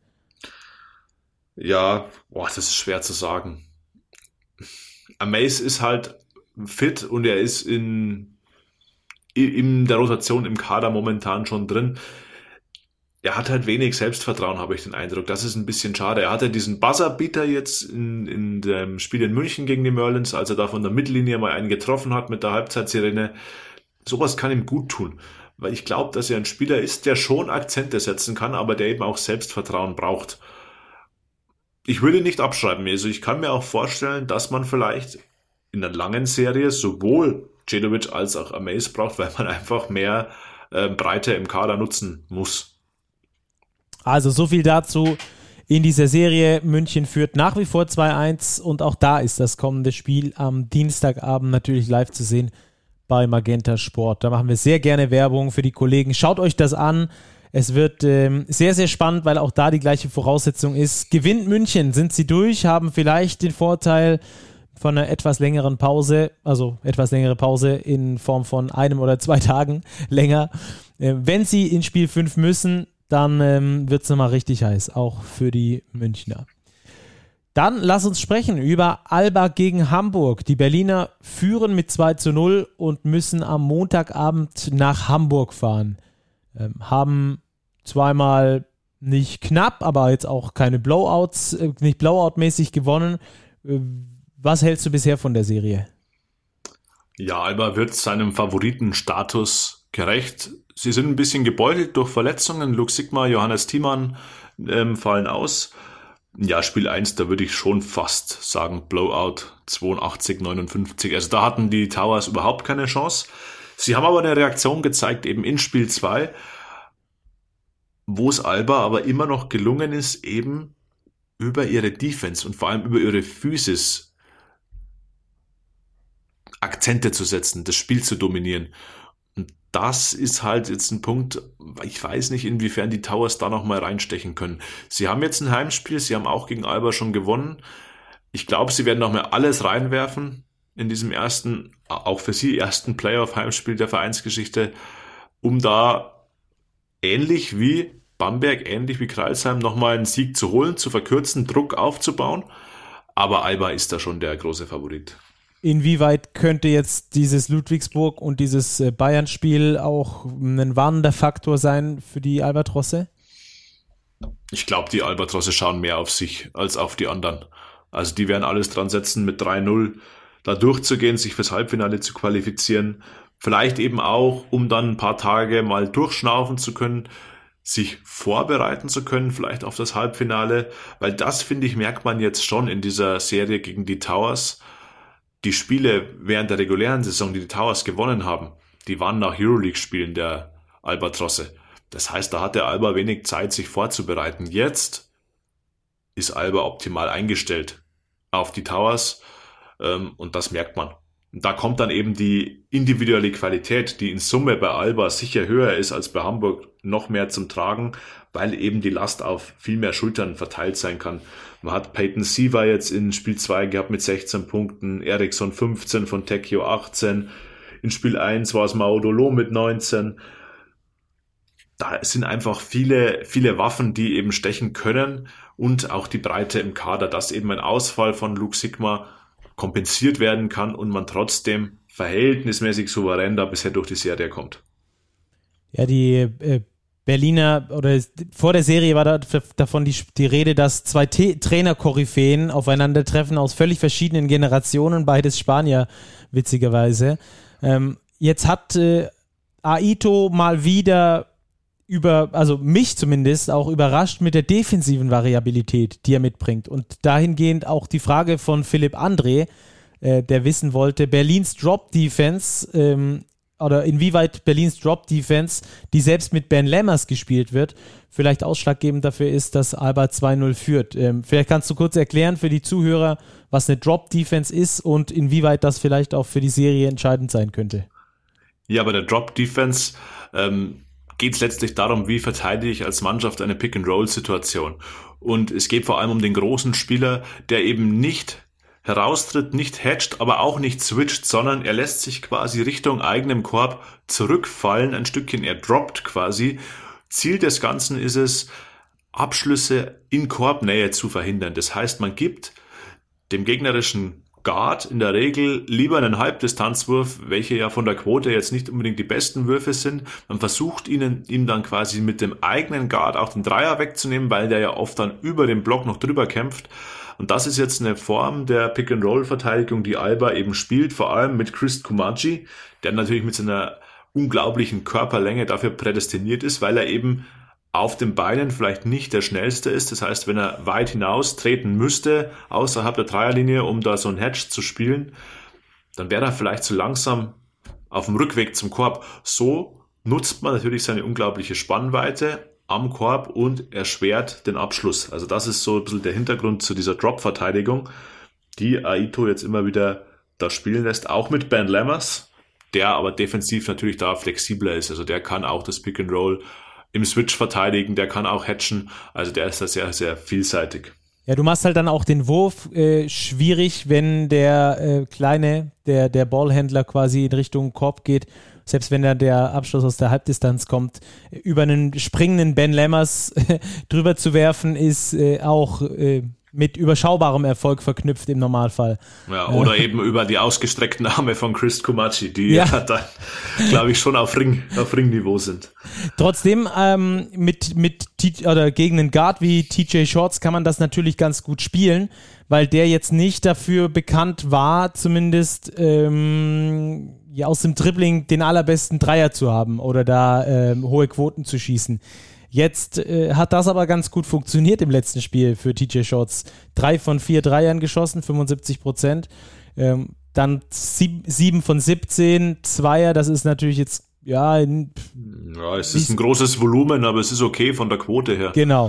Ja, das ist schwer zu sagen. Amaze ist halt fit und er ist in der Rotation im Kader momentan schon drin. Er hat halt wenig Selbstvertrauen, habe ich den Eindruck. Das ist ein bisschen schade. Er hatte diesen Buzzerbeater jetzt in dem Spiel in München gegen die Merlins, als er da von der Mittellinie mal einen getroffen hat mit der Halbzeitsirene. Sowas kann ihm gut tun, weil ich glaube, dass er ein Spieler ist, der schon Akzente setzen kann, aber der eben auch Selbstvertrauen braucht. Ich will ihn nicht abschreiben. Also ich kann mir auch vorstellen, dass man vielleicht in einer langen Serie sowohl Djedovic als auch Amaze braucht, weil man einfach mehr Breite im Kader nutzen muss. Also so viel dazu in dieser Serie. München führt nach wie vor 2-1 und auch da ist das kommende Spiel am Dienstagabend natürlich live zu sehen bei Magenta Sport. Da machen wir sehr gerne Werbung für die Kollegen. Schaut euch das an. Es wird sehr, sehr spannend, weil auch da die gleiche Voraussetzung ist. Gewinnt München, sind sie durch, haben vielleicht den Vorteil von einer etwas längeren Pause, also etwas längere Pause in Form von 1 oder 2 Tagen länger. Wenn sie in Spiel 5 müssen, dann wird es nochmal richtig heiß, auch für die Münchner. Dann lass uns sprechen über Alba gegen Hamburg. Die Berliner führen mit 2-0 und müssen am Montagabend nach Hamburg fahren. Haben zweimal nicht knapp, aber jetzt auch keine Blowouts, nicht Blowout-mäßig gewonnen. Was hältst du bisher von der Serie? Ja, Alba wird seinem Favoritenstatus gerecht. Sie sind ein bisschen gebeutelt durch Verletzungen. Luke Sigma, Johannes Thiemann fallen aus. Ja, Spiel 1, da würde ich schon fast sagen Blowout 82-59. Also da hatten die Towers überhaupt keine Chance. Sie haben aber eine Reaktion gezeigt, eben in Spiel 2, wo es Alba aber immer noch gelungen ist, eben über ihre Defense und vor allem über ihre Physis Akzente zu setzen, das Spiel zu dominieren. Und das ist halt jetzt ein Punkt, ich weiß nicht, inwiefern die Towers da nochmal reinstechen können. Sie haben jetzt ein Heimspiel, sie haben auch gegen Alba schon gewonnen. Ich glaube, sie werden nochmal alles reinwerfen in diesem ersten, auch für sie ersten Playoff-Heimspiel der Vereinsgeschichte, um da ähnlich wie Bamberg, ähnlich wie Crailsheim nochmal einen Sieg zu holen, zu verkürzen, Druck aufzubauen. Aber Alba ist da schon der große Favorit. Inwieweit könnte jetzt dieses Ludwigsburg und dieses Bayern-Spiel auch ein warnender Faktor sein für die Albatrosse? Ich glaube, die Albatrosse schauen mehr auf sich als auf die anderen. Also die werden alles dran setzen, mit 3-0 da durchzugehen, sich fürs Halbfinale zu qualifizieren. Vielleicht eben auch, um dann ein paar Tage mal durchschnaufen zu können, sich vorbereiten zu können, vielleicht auf das Halbfinale. Weil das, finde ich, merkt man jetzt schon in dieser Serie gegen die Towers. Die Spiele während der regulären Saison, die Towers gewonnen haben, die waren nach Euroleague-Spielen der Albatrosse. Das heißt, da hatte Alba wenig Zeit, sich vorzubereiten. Jetzt ist Alba optimal eingestellt auf die Towers und das merkt man. Und da kommt dann eben die individuelle Qualität, die in Summe bei Alba sicher höher ist als bei Hamburg, noch mehr zum Tragen, weil eben die Last auf viel mehr Schultern verteilt sein kann. Man hat Peyton Siva jetzt in Spiel 2 gehabt mit 16 Punkten, Eriksson 15, von Fontecchio 18. In Spiel 1 war es Maudolo mit 19. Da sind einfach viele, viele Waffen, die eben stechen können und auch die Breite im Kader, dass eben ein Ausfall von Luke Sigma kompensiert werden kann und man trotzdem verhältnismäßig souverän da bisher durch die Serie kommt. Ja, die Berliner, oder vor der Serie war davon die Rede, dass 2 Trainer-Koryphäen aufeinandertreffen aus völlig verschiedenen Generationen, beides Spanier, witzigerweise. Jetzt hat Aito mal wieder also mich zumindest auch überrascht mit der defensiven Variabilität, die er mitbringt. Und dahingehend auch die Frage von Philipp André, der wissen wollte, Berlins Drop-Defense, oder inwieweit Berlins Drop-Defense, die selbst mit Ben Lammers gespielt wird, vielleicht ausschlaggebend dafür ist, dass Alba 2-0 führt. Vielleicht kannst du kurz erklären für die Zuhörer, was eine Drop-Defense ist und inwieweit das vielleicht auch für die Serie entscheidend sein könnte. Ja, bei der Drop-Defense geht es letztlich darum, wie verteidige ich als Mannschaft eine Pick-and-Roll-Situation. Und es geht vor allem um den großen Spieler, der eben nicht heraustritt, nicht hedgt, aber auch nicht switcht, sondern er lässt sich quasi Richtung eigenem Korb zurückfallen, ein Stückchen, er droppt quasi. Ziel des Ganzen ist es, Abschlüsse in Korbnähe zu verhindern. Das heißt, man gibt dem gegnerischen Guard in der Regel lieber einen Halbdistanzwurf, welche ja von der Quote jetzt nicht unbedingt die besten Würfe sind. Man versucht ihm dann quasi mit dem eigenen Guard auch den Dreier wegzunehmen, weil der ja oft dann über den Block noch drüber kämpft. Und das ist jetzt eine Form der Pick-and-Roll-Verteidigung, die Alba eben spielt, vor allem mit Chris Kumaji, der natürlich mit seiner unglaublichen Körperlänge dafür prädestiniert ist, weil er eben auf den Beinen vielleicht nicht der schnellste ist. Das heißt, wenn er weit hinaus treten müsste, außerhalb der Dreierlinie, um da so ein Hedge zu spielen, dann wäre er vielleicht zu langsam auf dem Rückweg zum Korb. So nutzt man natürlich seine unglaubliche Spannweite am Korb und erschwert den Abschluss. Also das ist so ein bisschen der Hintergrund zu dieser Drop-Verteidigung, die Aito jetzt immer wieder da spielen lässt, auch mit Ben Lammers, der aber defensiv natürlich da flexibler ist. Also der kann auch das Pick and Roll im Switch verteidigen, der kann auch hatchen, also der ist da sehr, sehr vielseitig. Ja, du machst halt dann auch den Wurf schwierig, wenn der der Ballhändler quasi in Richtung Korb geht. Selbst wenn da der Abschluss aus der Halbdistanz kommt, über einen springenden Ben Lammers drüber zu werfen, ist auch mit überschaubarem Erfolg verknüpft im Normalfall. Ja, oder eben über die ausgestreckten Arme von Chris Kumachi, die dann, glaube ich, schon auf Ringniveau sind. Trotzdem, oder gegen einen Guard wie TJ Shorts kann man das natürlich ganz gut spielen, weil der jetzt nicht dafür bekannt war, zumindest aus dem Dribbling den allerbesten Dreier zu haben oder da hohe Quoten zu schießen. Jetzt hat das aber ganz gut funktioniert im letzten Spiel für TJ Shorts. 3 von 4 Dreiern geschossen, 75%. Dann 7 von 17 Zweier, das ist natürlich jetzt, es ist ein großes Volumen, aber es ist okay von der Quote her. Genau.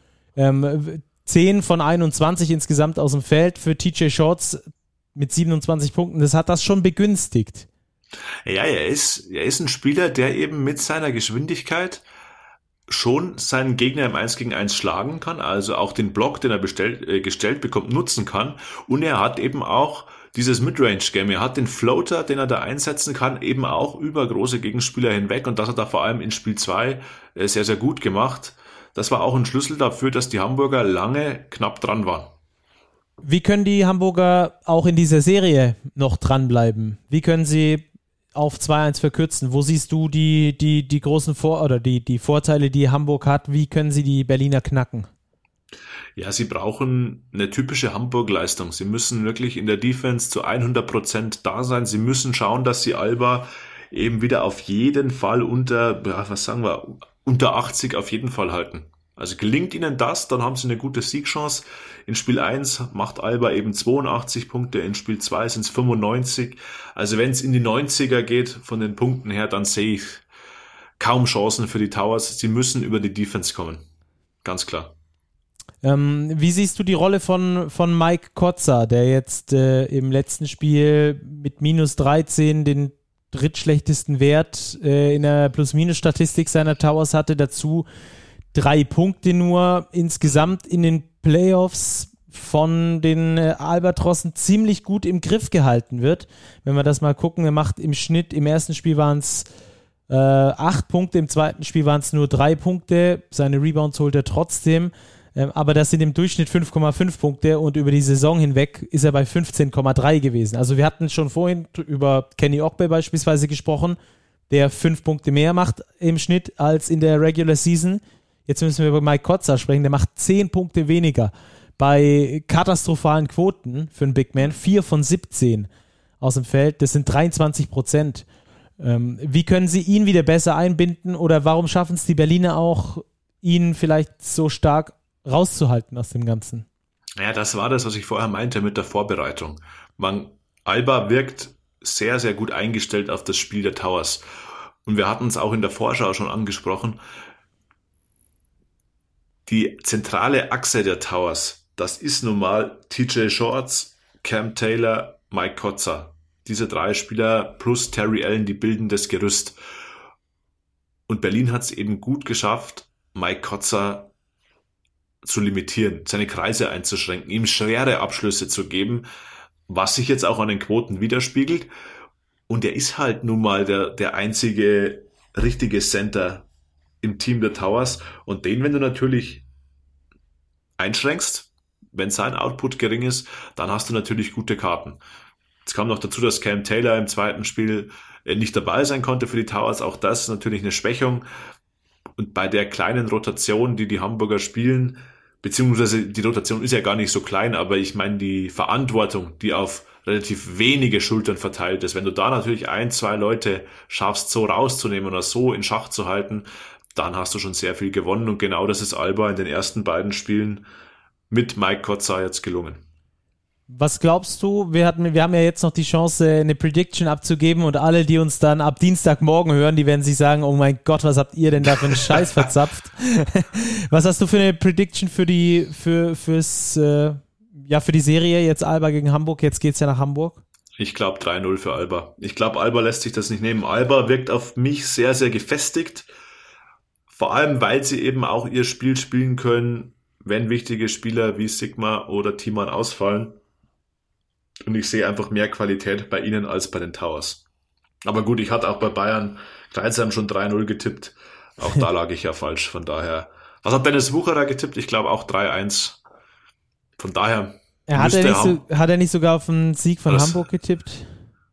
10 von 21 insgesamt aus dem Feld für TJ Shorts mit 27 Punkten. Das hat das schon begünstigt. Ja, er ist ein Spieler, der eben mit seiner Geschwindigkeit schon seinen Gegner im 1 gegen 1 schlagen kann, also auch den Block, den er gestellt bekommt, nutzen kann. Und er hat eben auch dieses Midrange-Game, er hat den Floater, den er da einsetzen kann, eben auch über große Gegenspieler hinweg. Und das hat er vor allem in Spiel 2 sehr, sehr gut gemacht. Das war auch ein Schlüssel dafür, dass die Hamburger lange knapp dran waren. Wie können die Hamburger auch in dieser Serie noch dranbleiben? Wie können sie auf 2-1 verkürzen? Wo siehst du die großen die Vorteile, die Hamburg hat? Wie können sie die Berliner knacken? Ja, sie brauchen eine typische Hamburg-Leistung. Sie müssen wirklich in der Defense zu 100% da sein. Sie müssen schauen, dass sie Alba eben wieder auf jeden Fall unter 80 auf jeden Fall halten. Also gelingt ihnen das, dann haben sie eine gute Siegchance. In Spiel 1 macht Alba eben 82 Punkte, in Spiel 2 sind es 95. Also wenn es in die 90er geht von den Punkten her, dann sehe ich kaum Chancen für die Towers. Sie müssen über die Defense kommen. Ganz klar. Wie siehst du die Rolle von Mike Kotzer, der jetzt im letzten Spiel mit minus 13 den drittschlechtesten Wert in der Plus-Minus-Statistik seiner Towers hatte, dazu 3 Punkte nur insgesamt in den Playoffs von den Albatrossen ziemlich gut im Griff gehalten wird. Wenn wir das mal gucken, er macht im Schnitt, im ersten Spiel waren es 8 Punkte, im zweiten Spiel waren es nur 3 Punkte, seine Rebounds holt er trotzdem, aber das sind im Durchschnitt 5,5 Punkte und über die Saison hinweg ist er bei 15,3 gewesen. Also wir hatten schon vorhin über Kenny Ogbe beispielsweise gesprochen, der 5 Punkte mehr macht im Schnitt als in der Regular Season. Jetzt müssen wir über Mike Kotzer sprechen, der macht 10 Punkte weniger. Bei katastrophalen Quoten für einen Big Man, 4 von 17 aus dem Feld, das sind 23%. Wie können sie ihn wieder besser einbinden oder warum schaffen es die Berliner auch, ihn vielleicht so stark rauszuhalten aus dem Ganzen? Ja, das war das, was ich vorher meinte mit der Vorbereitung. Alba wirkt sehr, sehr gut eingestellt auf das Spiel der Towers. Und wir hatten es auch in der Vorschau schon angesprochen. Die zentrale Achse der Towers, das ist nun mal TJ Shorts, Cam Taylor, Mike Kotzer. Diese 3 Spieler plus Terry Allen, die bilden das Gerüst. Und Berlin hat es eben gut geschafft, Mike Kotzer zu limitieren, seine Kreise einzuschränken, ihm schwere Abschlüsse zu geben, was sich jetzt auch an den Quoten widerspiegelt. Und er ist halt nun mal der einzige richtige Center im Team der Towers und den, wenn du natürlich einschränkst, wenn sein Output gering ist, dann hast du natürlich gute Karten. Es kam noch dazu, dass Cam Taylor im zweiten Spiel nicht dabei sein konnte für die Towers, auch das ist natürlich eine Schwächung und bei der kleinen Rotation, die Hamburger spielen, beziehungsweise die Rotation ist ja gar nicht so klein, aber ich meine die Verantwortung, die auf relativ wenige Schultern verteilt ist, wenn du da natürlich 1, 2 Leute schaffst, so rauszunehmen oder so in Schach zu halten, dann hast du schon sehr viel gewonnen und genau das ist Alba in den ersten beiden Spielen mit Mike Kotzer jetzt gelungen. Was glaubst du? Wir haben ja jetzt noch die Chance, eine Prediction abzugeben und alle, die uns dann ab Dienstagmorgen hören, die werden sich sagen, oh mein Gott, was habt ihr denn da für einen Scheiß verzapft? Was hast du für eine Prediction für die Serie jetzt Alba gegen Hamburg? Jetzt geht's ja nach Hamburg. Ich glaube 3-0 für Alba. Ich glaube, Alba lässt sich das nicht nehmen. Alba wirkt auf mich sehr, sehr gefestigt. Vor allem, weil sie eben auch ihr Spiel spielen können, wenn wichtige Spieler wie Sigma oder Thiemann ausfallen. Und ich sehe einfach mehr Qualität bei ihnen als bei den Towers. Aber gut, ich hatte auch bei Bayern Kreisheim schon 3-0 getippt. Auch da lag ich ja falsch. Von daher. Was hat Dennis Wucherer getippt? Ich glaube auch 3-1. Von daher. Hat er nicht sogar auf den Sieg von Hamburg getippt?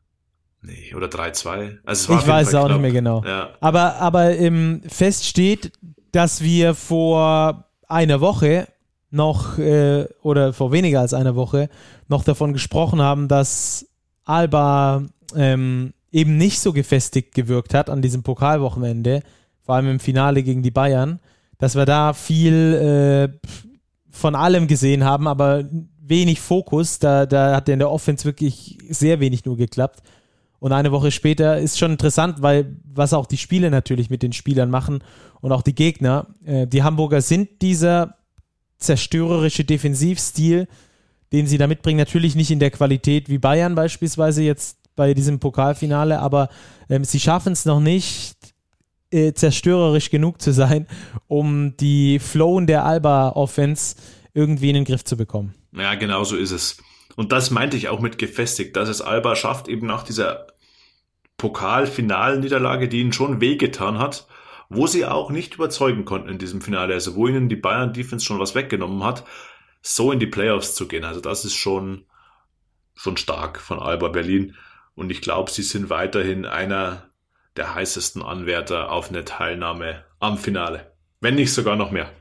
Nee, oder 3-2. Also es war ich weiß es auch nicht mehr genau. Ja. Aber fest steht, dass wir vor einer Woche noch oder vor weniger als einer Woche noch davon gesprochen haben, dass Alba eben nicht so gefestigt gewirkt hat an diesem Pokalwochenende, vor allem im Finale gegen die Bayern, dass wir da viel von allem gesehen haben, aber wenig Fokus, da hat in der Offense wirklich sehr wenig nur geklappt. Und eine Woche später ist schon interessant, weil was auch die Spiele natürlich mit den Spielern machen und auch die Gegner. Die Hamburger sind dieser zerstörerische Defensivstil, den sie da mitbringen, natürlich nicht in der Qualität wie Bayern beispielsweise jetzt bei diesem Pokalfinale, aber sie schaffen es noch nicht, zerstörerisch genug zu sein, um die Flowen der Alba-Offense irgendwie in den Griff zu bekommen. Ja, genau so ist es. Und das meinte ich auch mit gefestigt, dass es Alba schafft, eben nach dieser Pokalfinalniederlage, die ihnen schon wehgetan hat, wo sie auch nicht überzeugen konnten in diesem Finale, also wo ihnen die Bayern-Defense schon was weggenommen hat, so in die Playoffs zu gehen. Also das ist schon stark von Alba Berlin. Und ich glaube, sie sind weiterhin einer der heißesten Anwärter auf eine Teilnahme am Finale. Wenn nicht sogar noch mehr.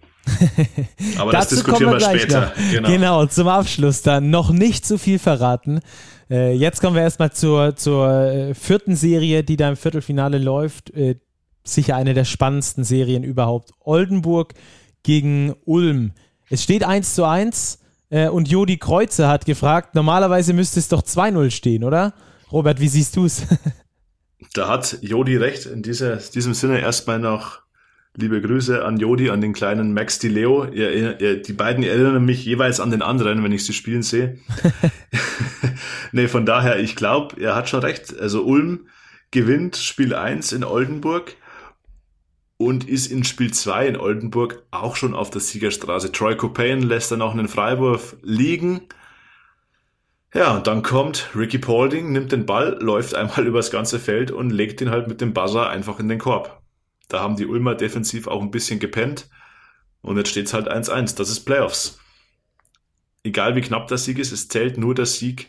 Aber das diskutieren wir später. Genau, zum Abschluss dann noch nicht so viel verraten. Jetzt kommen wir erstmal zur vierten Serie, die da im Viertelfinale läuft. Sicher eine der spannendsten Serien überhaupt. Oldenburg gegen Ulm. Es steht 1:1 und Jodi Kreuzer hat gefragt, normalerweise müsste es doch 2-0 stehen, oder? Robert, wie siehst du es? Da hat Jodi recht. In diesem Sinne erstmal noch liebe Grüße an Jodi, an den kleinen Max Di Leo. Die beiden erinnern mich jeweils an den anderen, wenn ich sie spielen sehe. Nee, von daher, ich glaube, er hat schon recht. Also Ulm gewinnt Spiel 1 in Oldenburg und ist in Spiel 2 in Oldenburg auch schon auf der Siegerstraße. Troy Copain lässt dann auch einen Freiwurf liegen. Ja, und dann kommt Ricky Paulding, nimmt den Ball, läuft einmal übers ganze Feld und legt ihn halt mit dem Buzzer einfach in den Korb. Da haben die Ulmer defensiv auch ein bisschen gepennt und jetzt steht's halt 1:1. Das ist Playoffs. Egal wie knapp der Sieg ist, es zählt nur der Sieg.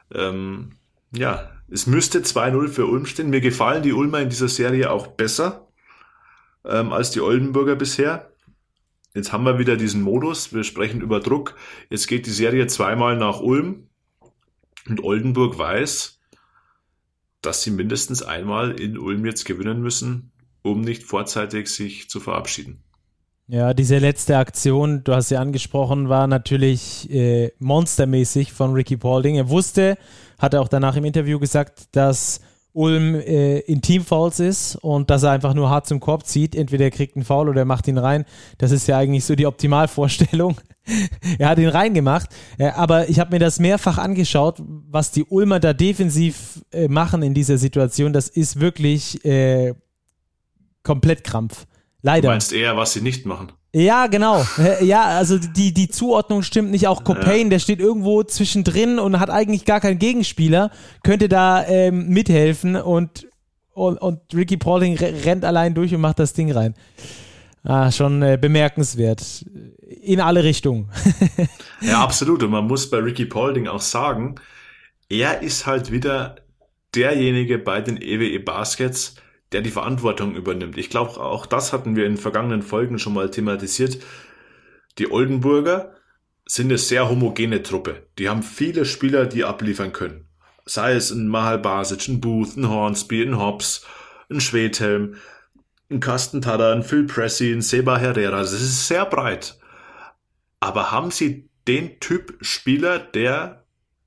Es müsste 2-0 für Ulm stehen. Mir gefallen die Ulmer in dieser Serie auch besser als die Oldenburger bisher. Jetzt haben wir wieder diesen Modus. Wir sprechen über Druck. Jetzt geht die Serie zweimal nach Ulm und Oldenburg weiß, dass sie mindestens einmal in Ulm jetzt gewinnen müssen, um nicht vorzeitig sich zu verabschieden. Ja, diese letzte Aktion, du hast sie angesprochen, war natürlich monstermäßig von Ricky Paulding. Er wusste, hat er auch danach im Interview gesagt, dass Ulm in Teamfouls ist und dass er einfach nur hart zum Korb zieht. Entweder er kriegt einen Foul oder er macht ihn rein. Das ist ja eigentlich so die Optimalvorstellung. Er hat ihn reingemacht, aber ich habe mir das mehrfach angeschaut, was die Ulmer da defensiv machen in dieser Situation. Das ist wirklich komplett Krampf. Leider. Du meinst eher, was sie nicht machen? Ja, genau. Ja, also die Zuordnung stimmt nicht. Auch Copain, der steht irgendwo zwischendrin und hat eigentlich gar keinen Gegenspieler, könnte da mithelfen und Ricky Paulding rennt allein durch und macht das Ding rein. Schon bemerkenswert. In alle Richtungen. Ja, absolut. Und man muss bei Ricky Paulding auch sagen, er ist halt wieder derjenige bei den EWE Baskets, der die Verantwortung übernimmt. Ich glaube, auch das hatten wir in vergangenen Folgen schon mal thematisiert. Die Oldenburger sind eine sehr homogene Truppe. Die haben viele Spieler, die abliefern können. Sei es ein Mahal Basic, ein Booth, ein Hornsby, ein Hobbs, ein Schwedhelm, ein Carsten Tada, ein Phil Pressey, ein Seba Herrera. Das ist sehr breit. Aber haben sie den Typ Spieler, der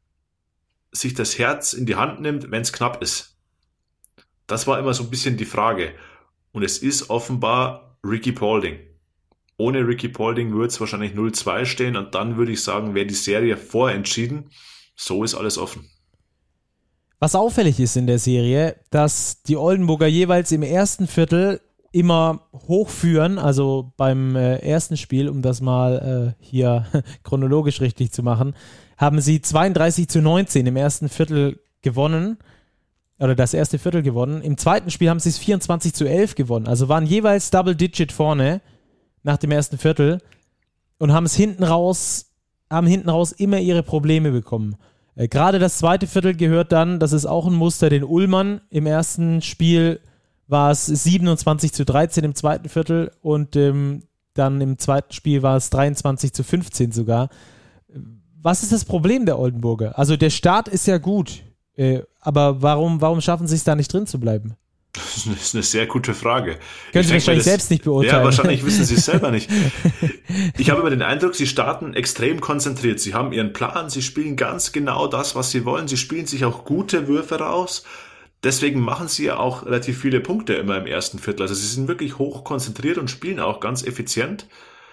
sich das Herz in die Hand nimmt, wenn es knapp ist. Das war immer so ein bisschen die Frage. Und es ist offenbar Ricky Paulding. Ohne Ricky Paulding würde es wahrscheinlich 0-2 stehen und dann würde ich sagen, wäre die Serie vorentschieden. So ist alles offen. Was auffällig ist in der Serie, dass die Oldenburger jeweils im ersten Viertel immer hochführen, also beim ersten Spiel, um das mal hier chronologisch richtig zu machen, haben sie 32-19 im ersten Viertel gewonnen, oder das erste Viertel gewonnen. Im zweiten Spiel haben sie es 24-11 gewonnen, also waren jeweils Double-Digit vorne nach dem ersten Viertel und haben hinten raus immer ihre Probleme bekommen. Gerade das zweite Viertel gehört dann, das ist auch ein Muster, den Ulmern. Im ersten Spiel war es 27-13 im zweiten Viertel und dann im zweiten Spiel war es 23-15 sogar. Was ist das Problem der Oldenburger? Also der Start ist ja gut, aber warum schaffen sie es da nicht drin zu bleiben? Das ist eine sehr gute Frage. Können Sie wahrscheinlich selbst nicht beurteilen. Ja, wahrscheinlich wissen Sie es selber nicht. Ich habe immer den Eindruck, Sie starten extrem konzentriert. Sie haben Ihren Plan, Sie spielen ganz genau das, was Sie wollen. Sie spielen sich auch gute Würfe raus. Deswegen machen Sie ja auch relativ viele Punkte immer im ersten Viertel. Also Sie sind wirklich hoch konzentriert und spielen auch ganz effizient.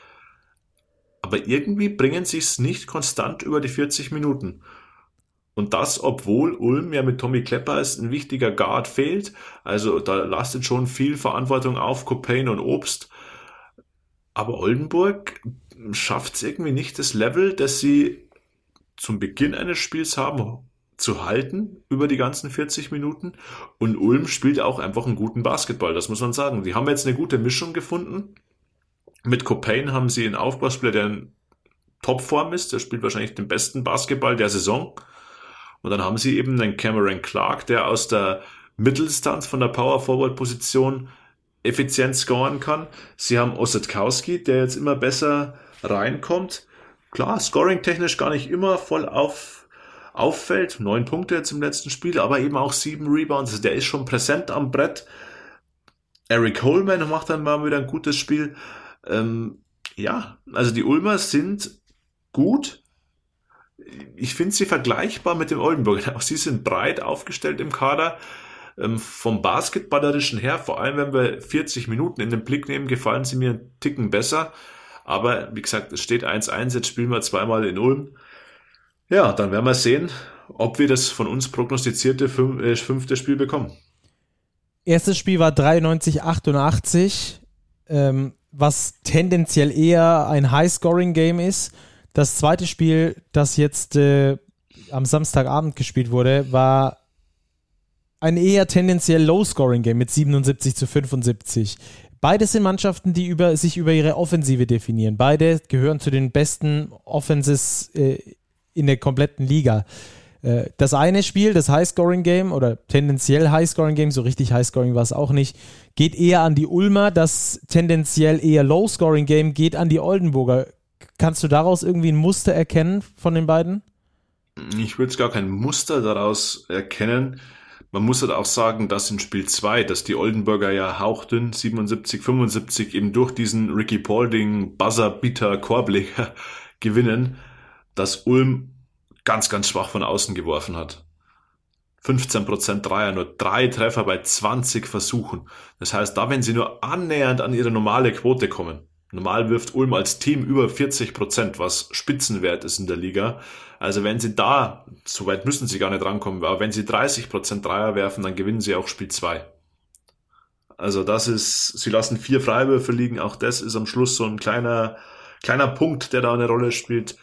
Aber irgendwie bringen Sie es nicht konstant über die 40 Minuten. Und das, obwohl Ulm ja mit Tommy Klepper als ein wichtiger Guard fehlt. Also da lastet schon viel Verantwortung auf Copain und Obst. Aber Oldenburg schafft es irgendwie nicht, das Level, das sie zum Beginn eines Spiels haben, zu halten über die ganzen 40 Minuten. Und Ulm spielt auch einfach einen guten Basketball, das muss man sagen. Die haben jetzt eine gute Mischung gefunden. Mit Copain haben sie einen Aufbauspieler, der in Topform ist. Der spielt wahrscheinlich den besten Basketball der Saison. Und dann haben sie eben einen Cameron Clark, der aus der Mitteldistanz von der Power-Forward-Position effizient scoren kann. Sie haben Ossetkowski, der jetzt immer besser reinkommt. Klar, scoring-technisch gar nicht immer voll auffällt. 9 Punkte jetzt im letzten Spiel, aber eben auch 7 Rebounds. Also der ist schon präsent am Brett. Eric Coleman macht dann mal wieder ein gutes Spiel. Ja, also die Ulmer sind gut. Ich finde sie vergleichbar mit dem Oldenburger. Auch sie sind breit aufgestellt im Kader. Vom Basketballerischen her, vor allem wenn wir 40 Minuten in den Blick nehmen, gefallen sie mir einen Ticken besser. Aber wie gesagt, es steht 1-1, jetzt spielen wir zweimal in Ulm. Ja, dann werden wir sehen, ob wir das von uns prognostizierte 5. Spiel bekommen. Erstes Spiel war 93-88, was tendenziell eher ein High-Scoring-Game ist. Das zweite Spiel, das jetzt am Samstagabend gespielt wurde, war ein eher tendenziell Low-Scoring-Game mit 77-75. Beides sind Mannschaften, die sich über ihre Offensive definieren. Beide gehören zu den besten Offenses in der kompletten Liga. Das eine Spiel, das High-Scoring-Game oder tendenziell High-Scoring-Game, so richtig High-Scoring war es auch nicht, geht eher an die Ulmer. Das tendenziell eher Low-Scoring-Game geht an die Oldenburger. Kannst du daraus irgendwie ein Muster erkennen von den beiden? Ich würde gar kein Muster daraus erkennen. Man muss halt auch sagen, dass in Spiel 2, dass die Oldenburger ja hauchdünn 77-75 eben durch diesen Ricky Paulding Buzzer-Beater-Korbleger gewinnen, dass Ulm ganz, ganz schwach von außen geworfen hat. 15% Dreier, nur 3 Treffer bei 20 Versuchen. Das heißt, da wenn sie nur annähernd an ihre normale Quote kommen, normal wirft Ulm als Team über 40%, was Spitzenwert ist in der Liga. Also wenn sie da, so weit müssen sie gar nicht rankommen, aber wenn sie 30% Dreier werfen, dann gewinnen sie auch Spiel 2. Also das ist, sie lassen 4 Freiwürfe liegen, auch das ist am Schluss so ein kleiner Punkt, der da eine Rolle spielt.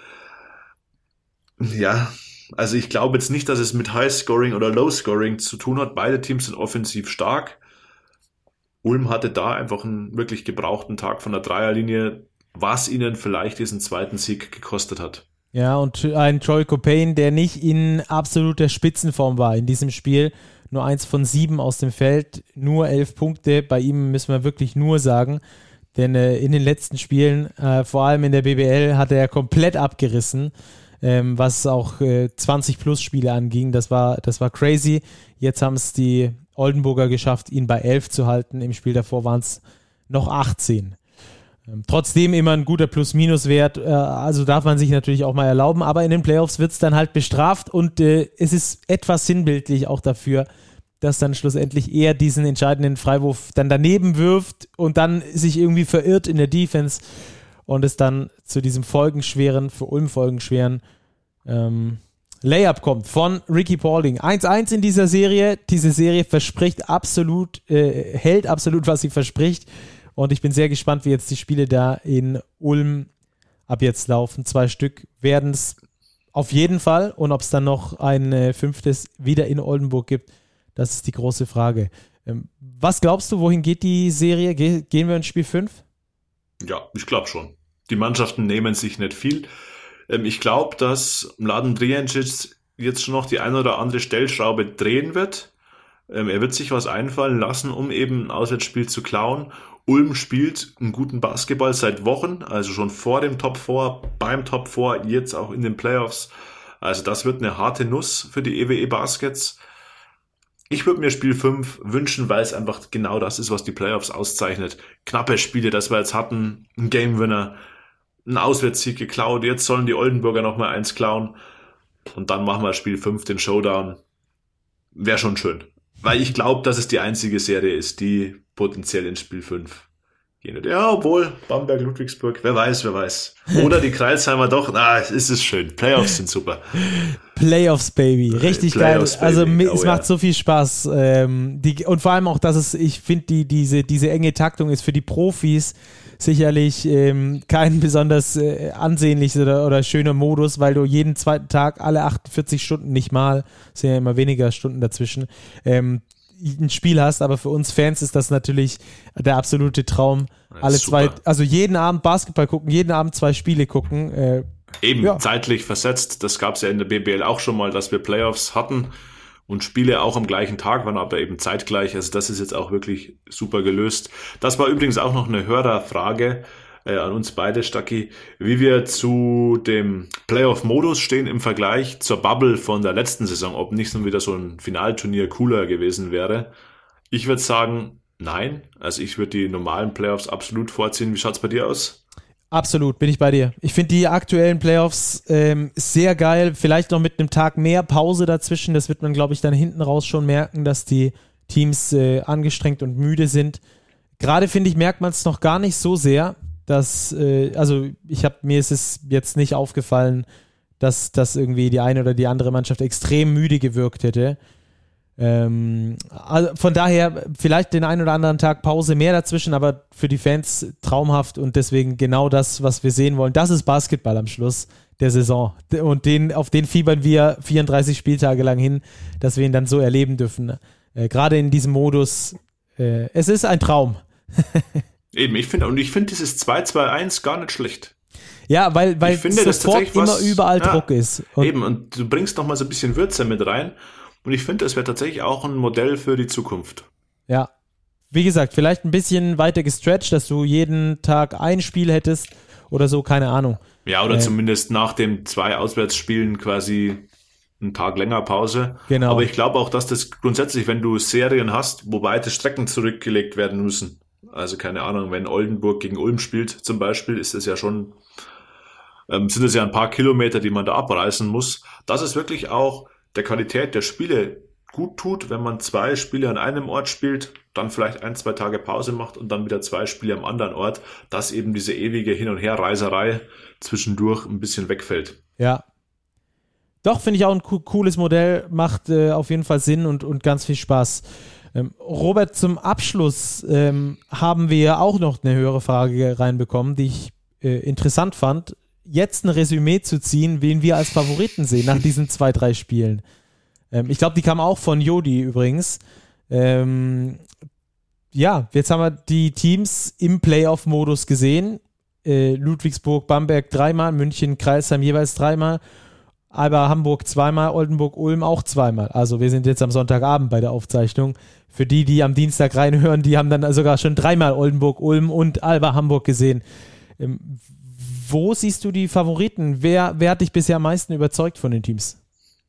Ja, also ich glaube jetzt nicht, dass es mit High-Scoring oder Low-Scoring zu tun hat. Beide Teams sind offensiv stark. Ulm hatte da einfach einen wirklich gebrauchten Tag von der Dreierlinie, was ihnen vielleicht diesen zweiten Sieg gekostet hat. Ja, und ein Troy Copain, der nicht in absoluter Spitzenform war in diesem Spiel. Nur 1 von 7 aus dem Feld, nur 11 Punkte. Bei ihm müssen wir wirklich nur sagen, denn in den letzten Spielen, vor allem in der BBL, hat er komplett abgerissen, was auch 20-Plus-Spiele anging. Das war crazy. Jetzt haben es die Oldenburger geschafft, ihn bei 11 zu halten. Im Spiel davor waren es noch 18. Trotzdem immer ein guter Plus-Minus-Wert, also darf man sich natürlich auch mal erlauben, aber in den Playoffs wird es dann halt bestraft und es ist etwas sinnbildlich auch dafür, dass dann schlussendlich er diesen entscheidenden Freiwurf dann daneben wirft und dann sich irgendwie verirrt in der Defense und es dann zu diesem für Ulm folgenschweren Layup kommt von Ricky Paulding. 1-1 in dieser Serie. Diese Serie hält absolut, was sie verspricht. Und ich bin sehr gespannt, wie jetzt die Spiele da in Ulm ab jetzt laufen. 2 Stück werden es auf jeden Fall. Und ob es dann noch ein 5. wieder in Oldenburg gibt, das ist die große Frage. Was glaubst du, wohin geht die Serie? Gehen wir in Spiel 5? Ja, ich glaube schon. Die Mannschaften nehmen sich nicht viel. Ich glaube, dass Mladen Drijancic jetzt schon noch die eine oder andere Stellschraube drehen wird. Er wird sich was einfallen lassen, um eben ein Auswärtsspiel zu klauen. Ulm spielt einen guten Basketball seit Wochen, also schon vor dem Top 4, beim Top 4, jetzt auch in den Playoffs. Also das wird eine harte Nuss für die EWE Baskets. Ich würde mir Spiel 5 wünschen, weil es einfach genau das ist, was die Playoffs auszeichnet. Knappe Spiele, das wir jetzt hatten, ein Game-Winner, ein Auswärtssieg geklaut, jetzt sollen die Oldenburger nochmal eins klauen und dann machen wir Spiel 5, den Showdown. Wäre schon schön. Weil ich glaube, dass es die einzige Serie ist, die potenziell in Spiel 5 gehen wird. Ja, obwohl, Bamberg, Ludwigsburg, wer weiß. Oder die Kreilsheimer doch, es ist schön. Playoffs sind super. Playoffs, Baby. Richtig Playoffs, geil. Also Baby. Es macht so viel Spaß. Und vor allem auch, ich finde, diese enge Taktung ist für die Profis sicherlich kein besonders ansehnliches oder schöner Modus, weil du jeden zweiten Tag alle 48 Stunden nicht mal, sind ja immer weniger Stunden dazwischen, ein Spiel hast, aber für uns Fans ist das natürlich der absolute Traum. Also jeden Abend Basketball gucken, jeden Abend 2 Spiele gucken. Zeitlich versetzt, das gab es ja in der BBL auch schon mal, dass wir Playoffs hatten und Spiele auch am gleichen Tag waren, aber eben zeitgleich. Also das ist jetzt auch wirklich super gelöst. Das war übrigens auch noch eine Hörerfrage an uns beide, Stacki, wie wir zu dem Playoff-Modus stehen im Vergleich zur Bubble von der letzten Saison, ob nicht so wieder so ein Finalturnier cooler gewesen wäre. Ich würde sagen, nein. Also ich würde die normalen Playoffs absolut vorziehen. Wie schaut's bei dir aus? Absolut, bin ich bei dir. Ich finde die aktuellen Playoffs sehr geil. Vielleicht noch mit einem Tag mehr Pause dazwischen. Das wird man, glaube ich, dann hinten raus schon merken, dass die Teams angestrengt und müde sind. Gerade, finde ich, merkt man es noch gar nicht so sehr, dass, mir ist es jetzt nicht aufgefallen, dass irgendwie die eine oder die andere Mannschaft extrem müde gewirkt hätte. Also von daher vielleicht den einen oder anderen Tag Pause mehr dazwischen, aber für die Fans traumhaft und deswegen genau das, was wir sehen wollen. Das ist Basketball am Schluss der Saison und auf den fiebern wir 34 Spieltage lang hin, dass wir ihn dann so erleben dürfen. Gerade in diesem Modus, es ist ein Traum. Eben, ich finde dieses 2-2-1 gar nicht schlecht. Ja, weil ich finde, sofort immer überall Druck ist. Und du bringst noch mal so ein bisschen Würze mit rein. Und ich finde, das wäre tatsächlich auch ein Modell für die Zukunft. Ja. Wie gesagt, vielleicht ein bisschen weiter gestretcht, dass du jeden Tag ein Spiel hättest oder so, keine Ahnung. Ja, oder zumindest nach den 2 Auswärtsspielen quasi einen Tag länger Pause. Genau. Aber ich glaube auch, dass das grundsätzlich, wenn du Serien hast, wo weite Strecken zurückgelegt werden müssen. Also keine Ahnung, wenn Oldenburg gegen Ulm spielt zum Beispiel, ist es ja schon, sind es ja ein paar Kilometer, die man da abreißen muss. Das ist wirklich auch der Qualität der Spiele gut tut, wenn man 2 Spiele an einem Ort spielt, dann vielleicht 1-2 Tage Pause macht und dann wieder 2 Spiele am anderen Ort, dass eben diese ewige Hin- und Herreiserei zwischendurch ein bisschen wegfällt. Ja. Doch, finde ich auch ein cooles Modell, macht auf jeden Fall Sinn und ganz viel Spaß. Robert, zum Abschluss haben wir auch noch eine höhere Frage reinbekommen, die ich interessant fand. Jetzt ein Resümee zu ziehen, wen wir als Favoriten sehen nach diesen 2-3 Spielen. Ich glaube, die kam auch von Jodi übrigens. Jetzt haben wir die Teams im Playoff-Modus gesehen. Ludwigsburg, Bamberg 3-mal, München, Kreilsheim jeweils 3-mal, Alba Hamburg 2-mal, Oldenburg, Ulm auch 2-mal. Also wir sind jetzt am Sonntagabend bei der Aufzeichnung. Für die am Dienstag reinhören, die haben dann sogar schon 3-mal Oldenburg, Ulm und Alba Hamburg gesehen. Wo siehst du die Favoriten? Wer hat dich bisher am meisten überzeugt von den Teams?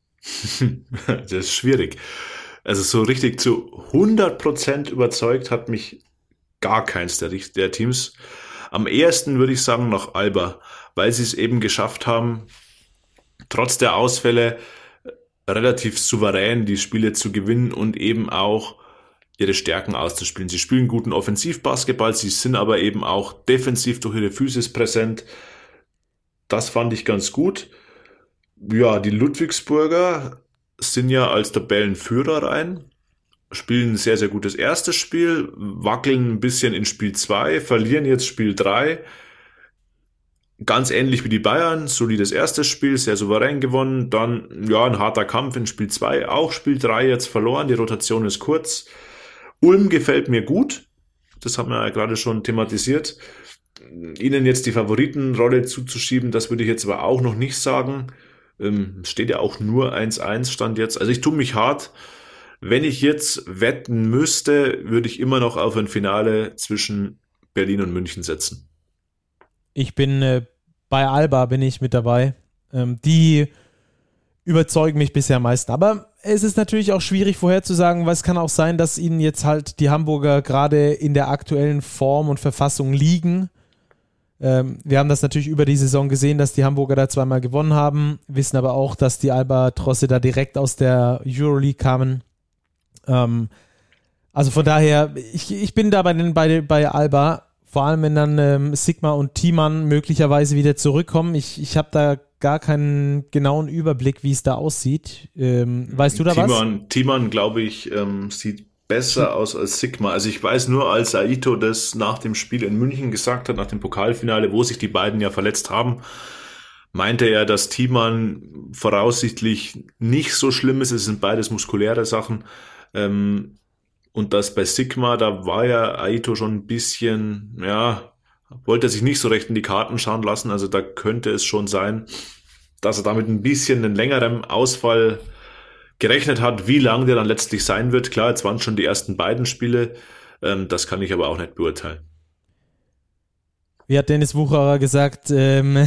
Das ist schwierig. Also so richtig zu 100% überzeugt hat mich gar keins der Teams. Am ehesten würde ich sagen nach Alba, weil sie es eben geschafft haben, trotz der Ausfälle relativ souverän die Spiele zu gewinnen und eben auch ihre Stärken auszuspielen. Sie spielen guten Offensivbasketball, sie sind aber eben auch defensiv durch ihre Physis präsent. Das fand ich ganz gut. Ja, die Ludwigsburger sind ja als Tabellenführer rein, spielen ein sehr, sehr gutes erstes Spiel, wackeln ein bisschen in Spiel 2, verlieren jetzt Spiel 3. Ganz ähnlich wie die Bayern, solides erstes Spiel, sehr souverän gewonnen, dann ja ein harter Kampf in Spiel 2, auch Spiel 3 jetzt verloren, die Rotation ist kurz. Ulm gefällt mir gut, das haben wir ja gerade schon thematisiert. Ihnen jetzt die Favoritenrolle zuzuschieben, das würde ich jetzt aber auch noch nicht sagen. Steht ja auch nur 1-1 Stand jetzt. Also ich tue mich hart. Wenn ich jetzt wetten müsste, würde ich immer noch auf ein Finale zwischen Berlin und München setzen. Ich bin bei Alba bin ich mit dabei. Die überzeugen mich bisher am meisten. Aber es ist natürlich auch schwierig vorherzusagen, weil es kann auch sein, dass ihnen jetzt halt die Hamburger gerade in der aktuellen Form und Verfassung liegen. Wir haben das natürlich über die Saison gesehen, dass die Hamburger da zweimal gewonnen haben, wissen aber auch, dass die Albatrosse da direkt aus der Euroleague kamen. Also von daher, ich bin da bei Alba, vor allem wenn dann Sigma und Thiemann möglicherweise wieder zurückkommen. Ich habe da gar keinen genauen Überblick, wie es da aussieht. Weißt du da was? Thiemann, glaube ich, sieht besser aus als Sigma. Also ich weiß nur, als Aito das nach dem Spiel in München gesagt hat, nach dem Pokalfinale, wo sich die beiden ja verletzt haben, meinte er, dass Thiemann voraussichtlich nicht so schlimm ist. Es sind beides muskuläre Sachen. Und das bei Sigma, da war ja Aito schon ein bisschen, ja, wollte er sich nicht so recht in die Karten schauen lassen. Also da könnte es schon sein, dass er damit ein bisschen einen längeren Ausfall gerechnet hat. Wie lang der dann letztlich sein wird, klar, jetzt waren schon die ersten beiden Spiele. Das kann ich aber auch nicht beurteilen. Wie hat Dennis Wucherer gesagt, das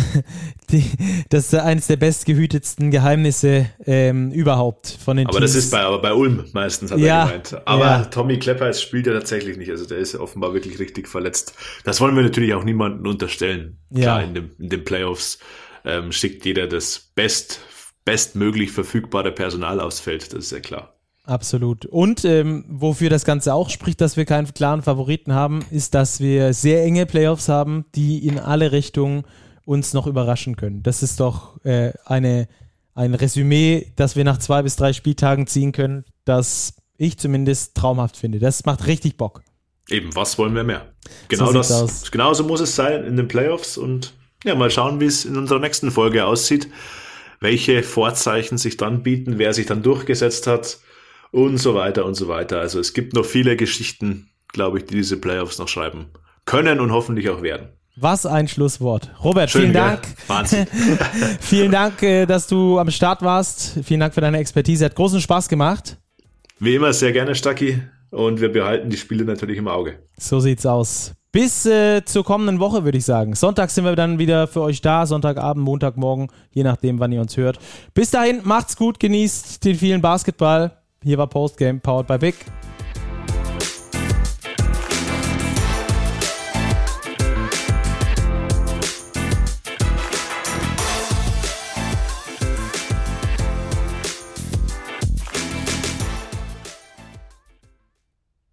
ist eines der bestgehütetsten Geheimnisse überhaupt von den Teams. Aber das ist bei Ulm meistens, hat er gemeint. Aber Tommy Klepper spielt ja tatsächlich nicht, also der ist offenbar wirklich richtig verletzt. Das wollen wir natürlich auch niemandem unterstellen. Klar, in den Playoffs schickt jeder das bestmöglich verfügbare Personal aufs Feld, das ist ja klar. Absolut. Und wofür das Ganze auch spricht, dass wir keinen klaren Favoriten haben, ist, dass wir sehr enge Playoffs haben, die in alle Richtungen uns noch überraschen können. Das ist doch ein Resümee, das wir nach 2 bis 3 Spieltagen ziehen können, das ich zumindest traumhaft finde. Das macht richtig Bock. Eben, was wollen wir mehr? Genauso muss es sein in den Playoffs und ja, mal schauen, wie es in unserer nächsten Folge aussieht, welche Vorzeichen sich dann bieten, wer sich dann durchgesetzt hat und so weiter und so weiter. Also es gibt noch viele Geschichten, glaube ich, die diese Playoffs noch schreiben können und hoffentlich auch werden. Was ein Schlusswort. Robert, vielen Dank. Wahnsinn. Vielen Dank, dass du am Start warst. Vielen Dank für deine Expertise. Hat großen Spaß gemacht. Wie immer sehr gerne, Stacki. Und wir behalten die Spiele natürlich im Auge. So sieht's aus. Bis zur kommenden Woche, würde ich sagen. Sonntag sind wir dann wieder für euch da. Sonntagabend, Montagmorgen, je nachdem, wann ihr uns hört. Bis dahin, macht's gut, genießt den vielen Basketball. Hier war Postgame, powered by Big.